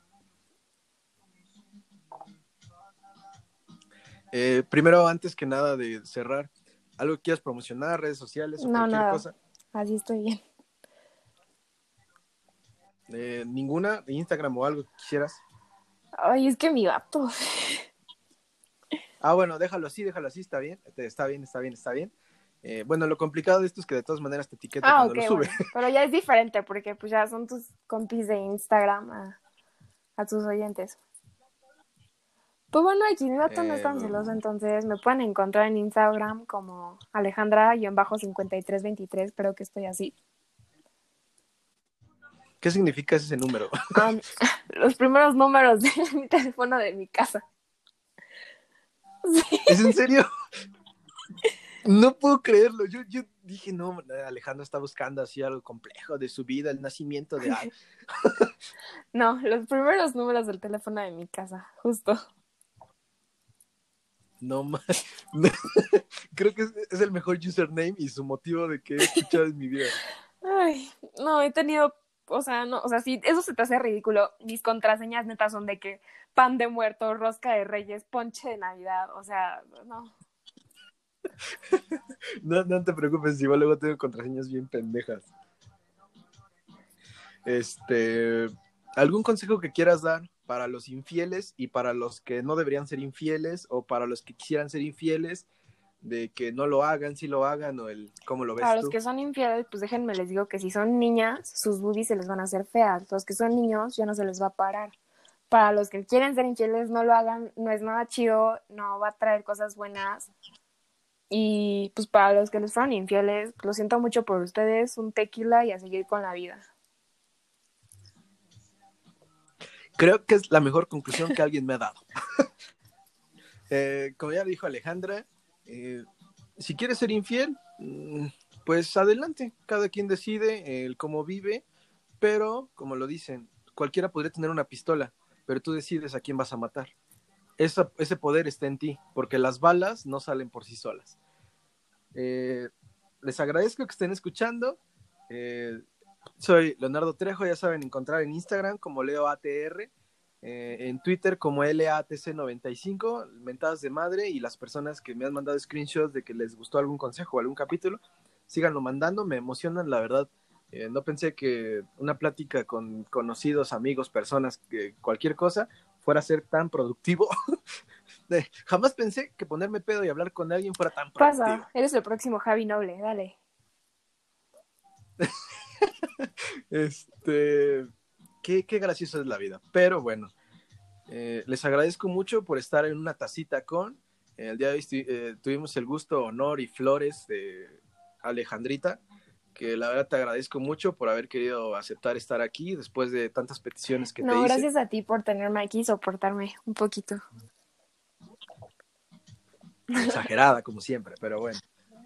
Eh, primero, antes que nada de cerrar, ¿algo que quieras promocionar, redes sociales o no, cualquier nada. cosa? Así estoy bien. Eh, ¿Ninguna? ¿Instagram o algo que quisieras? Ay, es que mi gato. Ah, bueno, déjalo así, déjalo así, está bien, está bien, está bien, está bien. Eh, bueno, lo complicado de esto es que de todas maneras te etiqueta Ah, cuando ok, lo sube. bueno. Pero ya es diferente porque pues ya son tus compis de Instagram a, a tus oyentes. Pues bueno, aquí mi gato no es Eh, tan celoso, entonces me pueden encontrar en Instagram como Alejandra-cincuenta y tres veintitrés, creo que estoy así. ¿Qué significa ese número? Um, los primeros números de mi teléfono de mi casa. Sí. ¿Es en serio? No puedo creerlo. Yo, yo dije, no, Alejandro está buscando así algo complejo de su vida, el nacimiento de... No, los primeros números del teléfono de mi casa, justo. No más. Creo que es, es el mejor username y su motivo de que he escuchado en mi vida. Ay, no, he tenido, o sea, no, o sea, si eso se te hace ridículo, mis contraseñas netas son de que pan de muerto, rosca de reyes, ponche de Navidad, o sea, no. No, no te preocupes, igual luego tengo contraseñas bien pendejas. Este, ¿algún consejo que quieras dar para los infieles y para los que no deberían ser infieles o para los que quisieran ser infieles, de que no lo hagan, si lo hagan o el cómo lo Para ves los tú? que son infieles, pues déjenme les digo que si son niñas, sus boobies se les van a hacer feas. Los que son niños ya no se les va a parar. Para los que quieren ser infieles, no lo hagan, no es nada chido, no va a traer cosas buenas. Y pues para los que les fueron infieles, lo siento mucho por ustedes, un tequila y a seguir con la vida. Creo que es la mejor conclusión que alguien me ha dado. Eh, como ya dijo Alejandra, eh, si quieres ser infiel, pues adelante, cada quien decide el cómo vive, pero como lo dicen, cualquiera podría tener una pistola, pero tú decides a quién vas a matar. Esa, ese poder está en ti, porque las balas no salen por sí solas. Eh, les agradezco que estén escuchando. Eh, soy Leonardo Trejo, ya saben encontrar en Instagram como LeoATR, eh, en Twitter como L A T C noventa y cinco, mentadas de madre, y las personas que me han mandado screenshots de que les gustó algún consejo o algún capítulo, síganlo mandando, me emocionan, la verdad. Eh, no pensé que una plática con conocidos, amigos, personas, que cualquier cosa fuera a ser tan productivo. Jamás pensé que ponerme pedo y hablar con alguien fuera tan productivo. Pasa, eres el próximo Javi Noble, dale. Este, qué, qué graciosa es la vida. Pero bueno, eh, les agradezco mucho por estar en una tacita con. Eh, el día de hoy eh, tuvimos el gusto, honor y flores de Alejandrita, que la verdad te agradezco mucho por haber querido aceptar estar aquí después de tantas peticiones que te No, hice. gracias a ti por tenerme aquí y soportarme un poquito. Exagerada, como siempre, pero bueno.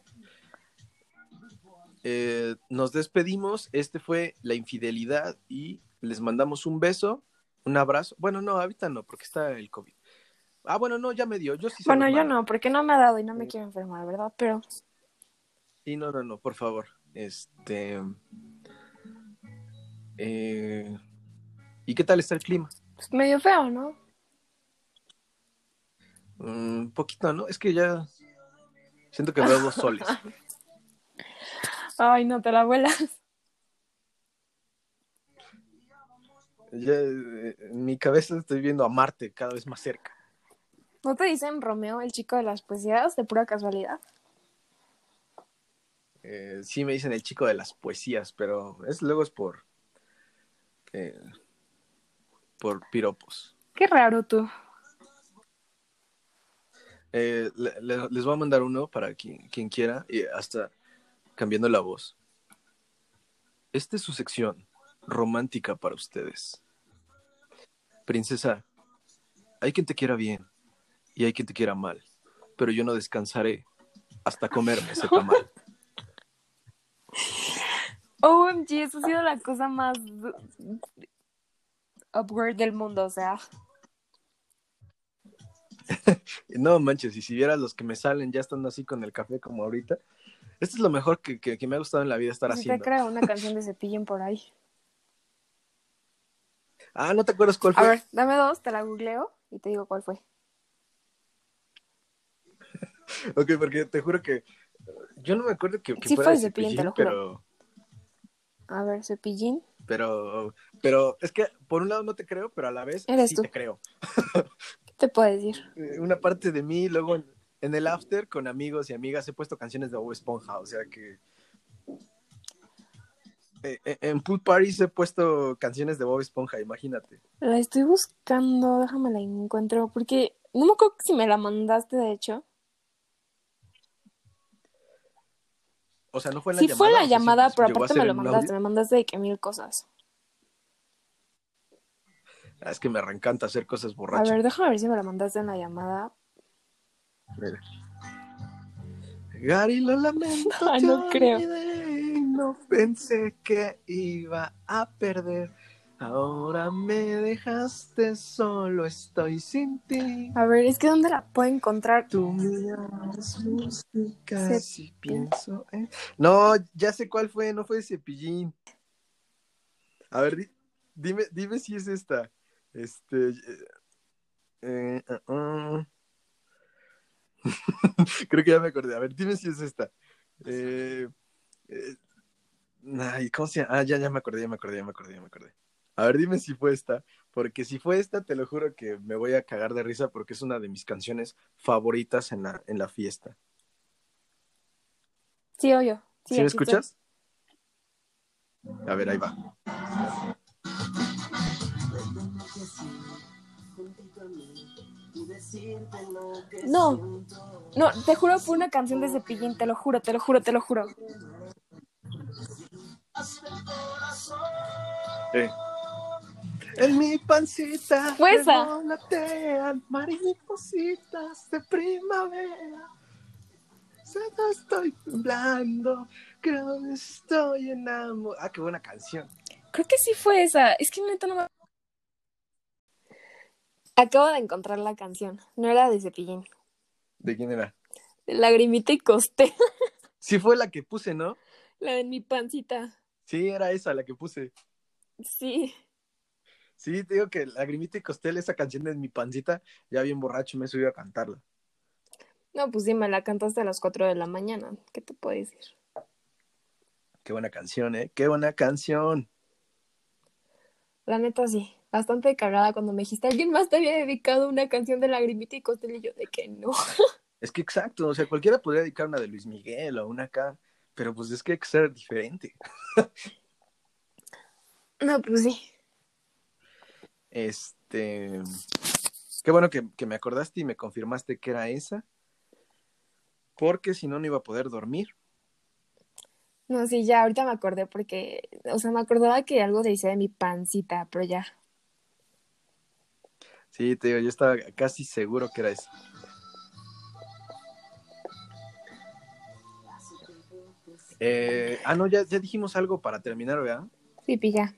Eh, nos despedimos. Este fue La Infidelidad y les mandamos un beso, un abrazo. Bueno, no, ahorita no, porque está el COVID. Ah, bueno, no, ya me dio. Yo sí se Bueno, los yo mando. no, porque no me ha dado y no me Eh, quiero enfermar, ¿verdad? Pero y no, no, no, por favor. Este. Eh, ¿Y qué tal está el clima? pues medio feo, ¿no? Un mm, poquito, ¿no? Es que ya siento que veo dos soles. Ay, no te la vuelas. Ya, eh, en mi cabeza estoy viendo a Marte cada vez más cerca. ¿No te dicen Romeo, el chico de las poesías, de pura casualidad? Eh, sí me dicen el chico de las poesías, pero es luego es por, eh, por piropos. Qué raro tú. Eh, le- le- les voy a mandar uno para quien, quien quiera, y hasta cambiando la voz. Esta es su sección romántica para ustedes. Princesa, hay quien te quiera bien y hay quien te quiera mal, pero yo no descansaré hasta comerme ese tamal. O M G, eso ha sido la cosa más upward del mundo, o sea. No manches, y si vieras los que me salen ya estando así con el café como ahorita, esto es lo mejor que, que, que me ha gustado en la vida estar Si te haciendo. creo una canción de Cepillín por ahí. Ah, ¿no te acuerdas cuál A fue? ver, dame dos, te la googleo y te digo cuál fue. Ok, porque te juro que yo no me acuerdo que, que Sí fuera fue de de Cepillín, te Cepillín, lo juro. pero, A ver, Cepillín. pero, pero es que por un lado no te creo, pero a la vez Eres sí tú. te creo. ¿Qué te puedo decir? Eh, Una parte de mí, luego en, en el after con amigos y amigas he puesto canciones de Bob Esponja, o sea que eh, eh, en pool parties he puesto canciones de Bob Esponja, imagínate. La estoy buscando, déjame la encuentro, porque no me acuerdo si me la mandaste, de hecho. O sea, no fue en la Sí fue llamada, la o sea, sí llamada, pero llegó a aparte me ser lo en un mandaste, audio. me mandaste de que mil cosas. Ah, es que me reencanta hacer cosas A borracho. ver, déjame ver si me la mandaste en la llamada. Mira. Gary, lo lamento, Ah, te no creo. olvidé, no pensé que iba a perder. Ahora me dejaste solo, estoy sin ti. A ver, es que ¿dónde la puedo encontrar? Tú miras música, si Cepillín. pienso en... No, ya sé cuál fue, no fue de Cepillín. A ver, di- dime, dime si es esta. Este... eh, eh, uh, uh. Creo que ya me acordé. A ver, dime si es esta. Eh, eh, ay, ¿cómo se llama? Ah, ya, ya me acordé, ya me acordé, ya me acordé, ya me acordé. A ver, dime si fue esta, porque si fue esta, te lo juro que me voy a cagar de risa porque es una de mis canciones favoritas en la, en la fiesta. Sí, obvio. Sí, ¿Sí me aquí estoy. escuchas? A ver, ahí va. No, no, te juro fue una canción de Cepillín, te lo juro, te lo juro, te lo juro. Eh. En mi pancita Fue esa. revolotean maripositas de primavera. Solo estoy temblando, creo que estoy enamorado. Ah, qué buena canción. Creo que sí fue esa. Es que neta no me... Acabo de encontrar la canción. No era de Cepillín. ¿De quién era? De Lagrimita y Costé. Sí fue la que puse, ¿no? La de mi pancita. Sí, era esa la que puse. Sí. Sí, te digo que Lagrimita y Costel, esa canción de mi pancita, ya bien borracho me subí a cantarla. No, pues sí, me la cantaste a las cuatro de la mañana. ¿Qué te puedo decir? Qué buena canción, ¿eh? Qué buena canción. La neta sí. Bastante cagada cuando me dijiste, ¿alguien más te había dedicado una canción de Lagrimita y Costel? Y yo, de que no. Es que exacto, o sea, cualquiera podría dedicar una de Luis Miguel o una acá, pero pues es que hay que ser diferente. No, pues sí. Este, qué bueno que, que me acordaste y me confirmaste que era esa, porque si no, no iba a poder dormir. No, sí, ya ahorita me acordé porque, o sea, me acordaba que algo decía de mi pancita, pero ya. Sí, te digo, yo estaba casi seguro que era esa. Eh, ah, no, ya, ya dijimos algo para terminar, ¿verdad? Sí, pilla.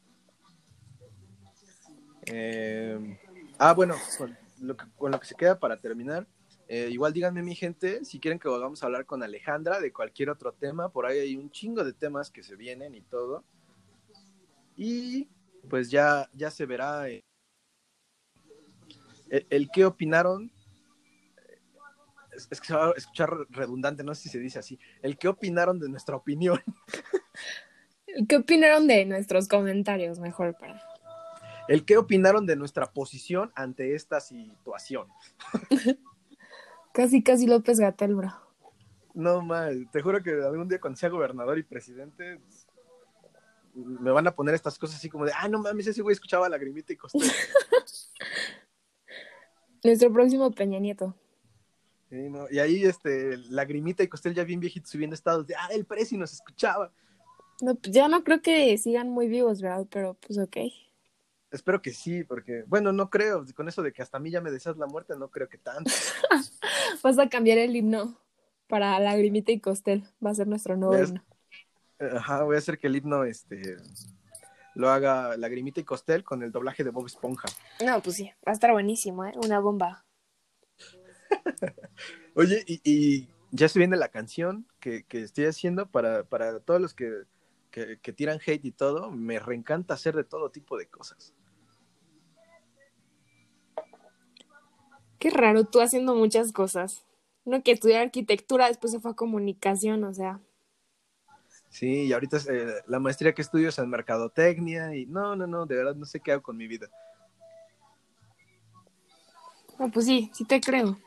Eh, ah, bueno, con lo, que, con lo que se queda para terminar, eh, igual díganme mi gente, si quieren que volvamos a hablar con Alejandra de cualquier otro tema, por ahí hay un chingo de temas que se vienen y todo. Y pues ya, ya se verá eh, el, el qué opinaron. Es, es que se va a escuchar redundante, no sé si se dice así. El qué opinaron de nuestra opinión. ¿Qué opinaron de nuestros comentarios? Mejor para... el qué opinaron de nuestra posición ante esta situación. Casi, casi López Gatell, bro. No, mal, te juro que algún día cuando sea gobernador y presidente me van a poner estas cosas así como de, ah, no mames, ese güey escuchaba Lagrimita y Costel. Nuestro próximo Peña Nieto. Sí, no, y ahí, este, Lagrimita y Costel ya bien viejitos subiendo estados de, ah, el Prezi nos escuchaba. No, pues ya no creo que sigan muy vivos, ¿verdad? Pero pues ok. Espero que sí, porque, bueno, no creo, con eso de que hasta a mí ya me deseas la muerte, no creo que tanto. Vas a cambiar el himno para Lagrimita y Costel. Va a ser nuestro nuevo Voy himno. a, ajá, voy a hacer que el himno, este, lo haga Lagrimita y Costel con el doblaje de Bob Esponja. No, pues sí, va a estar buenísimo, ¿eh? Una bomba. Oye, y, y ya se viene la canción que, que estoy haciendo para, para todos los que, que, que tiran hate y todo. Me reencanta hacer de todo tipo de cosas. Qué raro, tú haciendo muchas cosas. Uno que estudió arquitectura, después se fue a comunicación, o sea. Sí, y ahorita eh, la maestría que estudio es en mercadotecnia y no, no, no, de verdad no sé qué hago con mi vida. No, pues sí, sí te creo.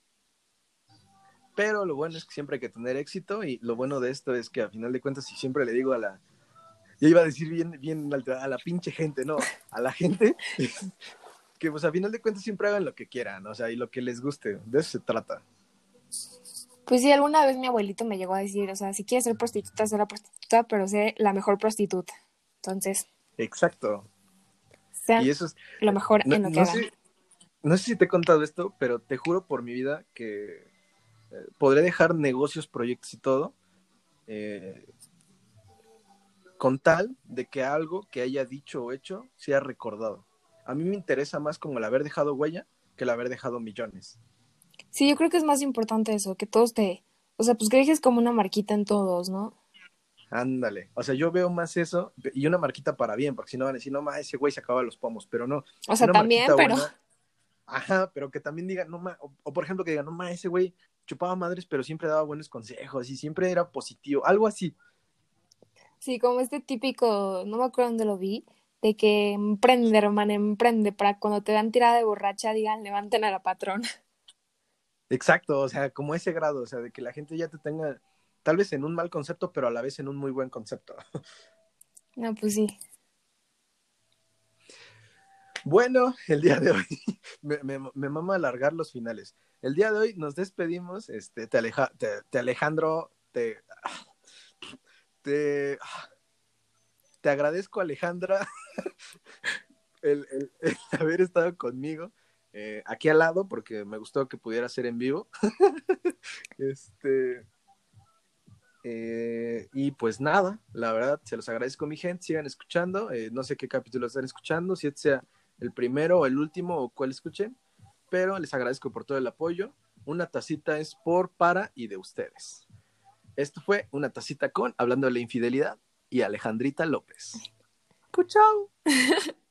Pero lo bueno es que siempre hay que tener éxito y lo bueno de esto es que a final de cuentas, y siempre le digo a la, yo iba a decir bien, bien a la pinche gente, no, a la gente, que pues a final de cuentas siempre hagan lo que quieran, o sea, y lo que les guste, de eso se trata. Pues sí, alguna vez mi abuelito me llegó a decir, o sea, si quieres ser prostituta, sé la prostituta, pero sé la mejor prostituta. Entonces, Exacto. sean Y eso es, lo mejor no, en lo que no hagan. sé, no sé si te he contado esto, pero te juro por mi vida que eh, podré dejar negocios, proyectos y todo, eh, con tal de que algo que haya dicho o hecho sea recordado. A mí me interesa más como el haber dejado huella que el haber dejado millones. Sí, yo creo que es más importante eso, que todos te, o sea, pues que dejes como una marquita en todos, ¿no? Ándale. O sea, yo veo más eso y una marquita para bien, porque si no van a decir, no más, ese güey se acaba los pomos, pero no, O sea, una también, marquita pero buena. Ajá, pero que también digan, no más, o, o por ejemplo que digan, no más, ese güey chupaba madres, pero siempre daba buenos consejos y siempre era positivo, algo así. sí, como este típico, no me acuerdo dónde lo vi, de que emprende, hermano, emprende, para cuando te dan tirada de borracha digan, levanten a la patrona. Exacto, o sea, como ese grado, o sea, de que la gente ya te tenga, tal vez en un mal concepto, pero a la vez en un muy buen concepto. No, pues sí. Bueno, el día de hoy, me, me, me mama alargar los finales. El día de hoy nos despedimos, este, te, aleja, te, te Alejandro, te, te, te agradezco, Alejandra, el, el, el haber estado conmigo eh, aquí al lado, porque me gustó que pudiera ser en vivo. este, eh, y pues nada, la verdad, se los agradezco, mi gente, sigan escuchando, eh, no sé qué capítulo están escuchando, si este sea el primero o el último o cuál escuchen, pero les agradezco por todo el apoyo. Una tacita es por, para y de ustedes. Esto fue Una Tacita con, hablando de la infidelidad, y Alejandrita López. ¡Chao!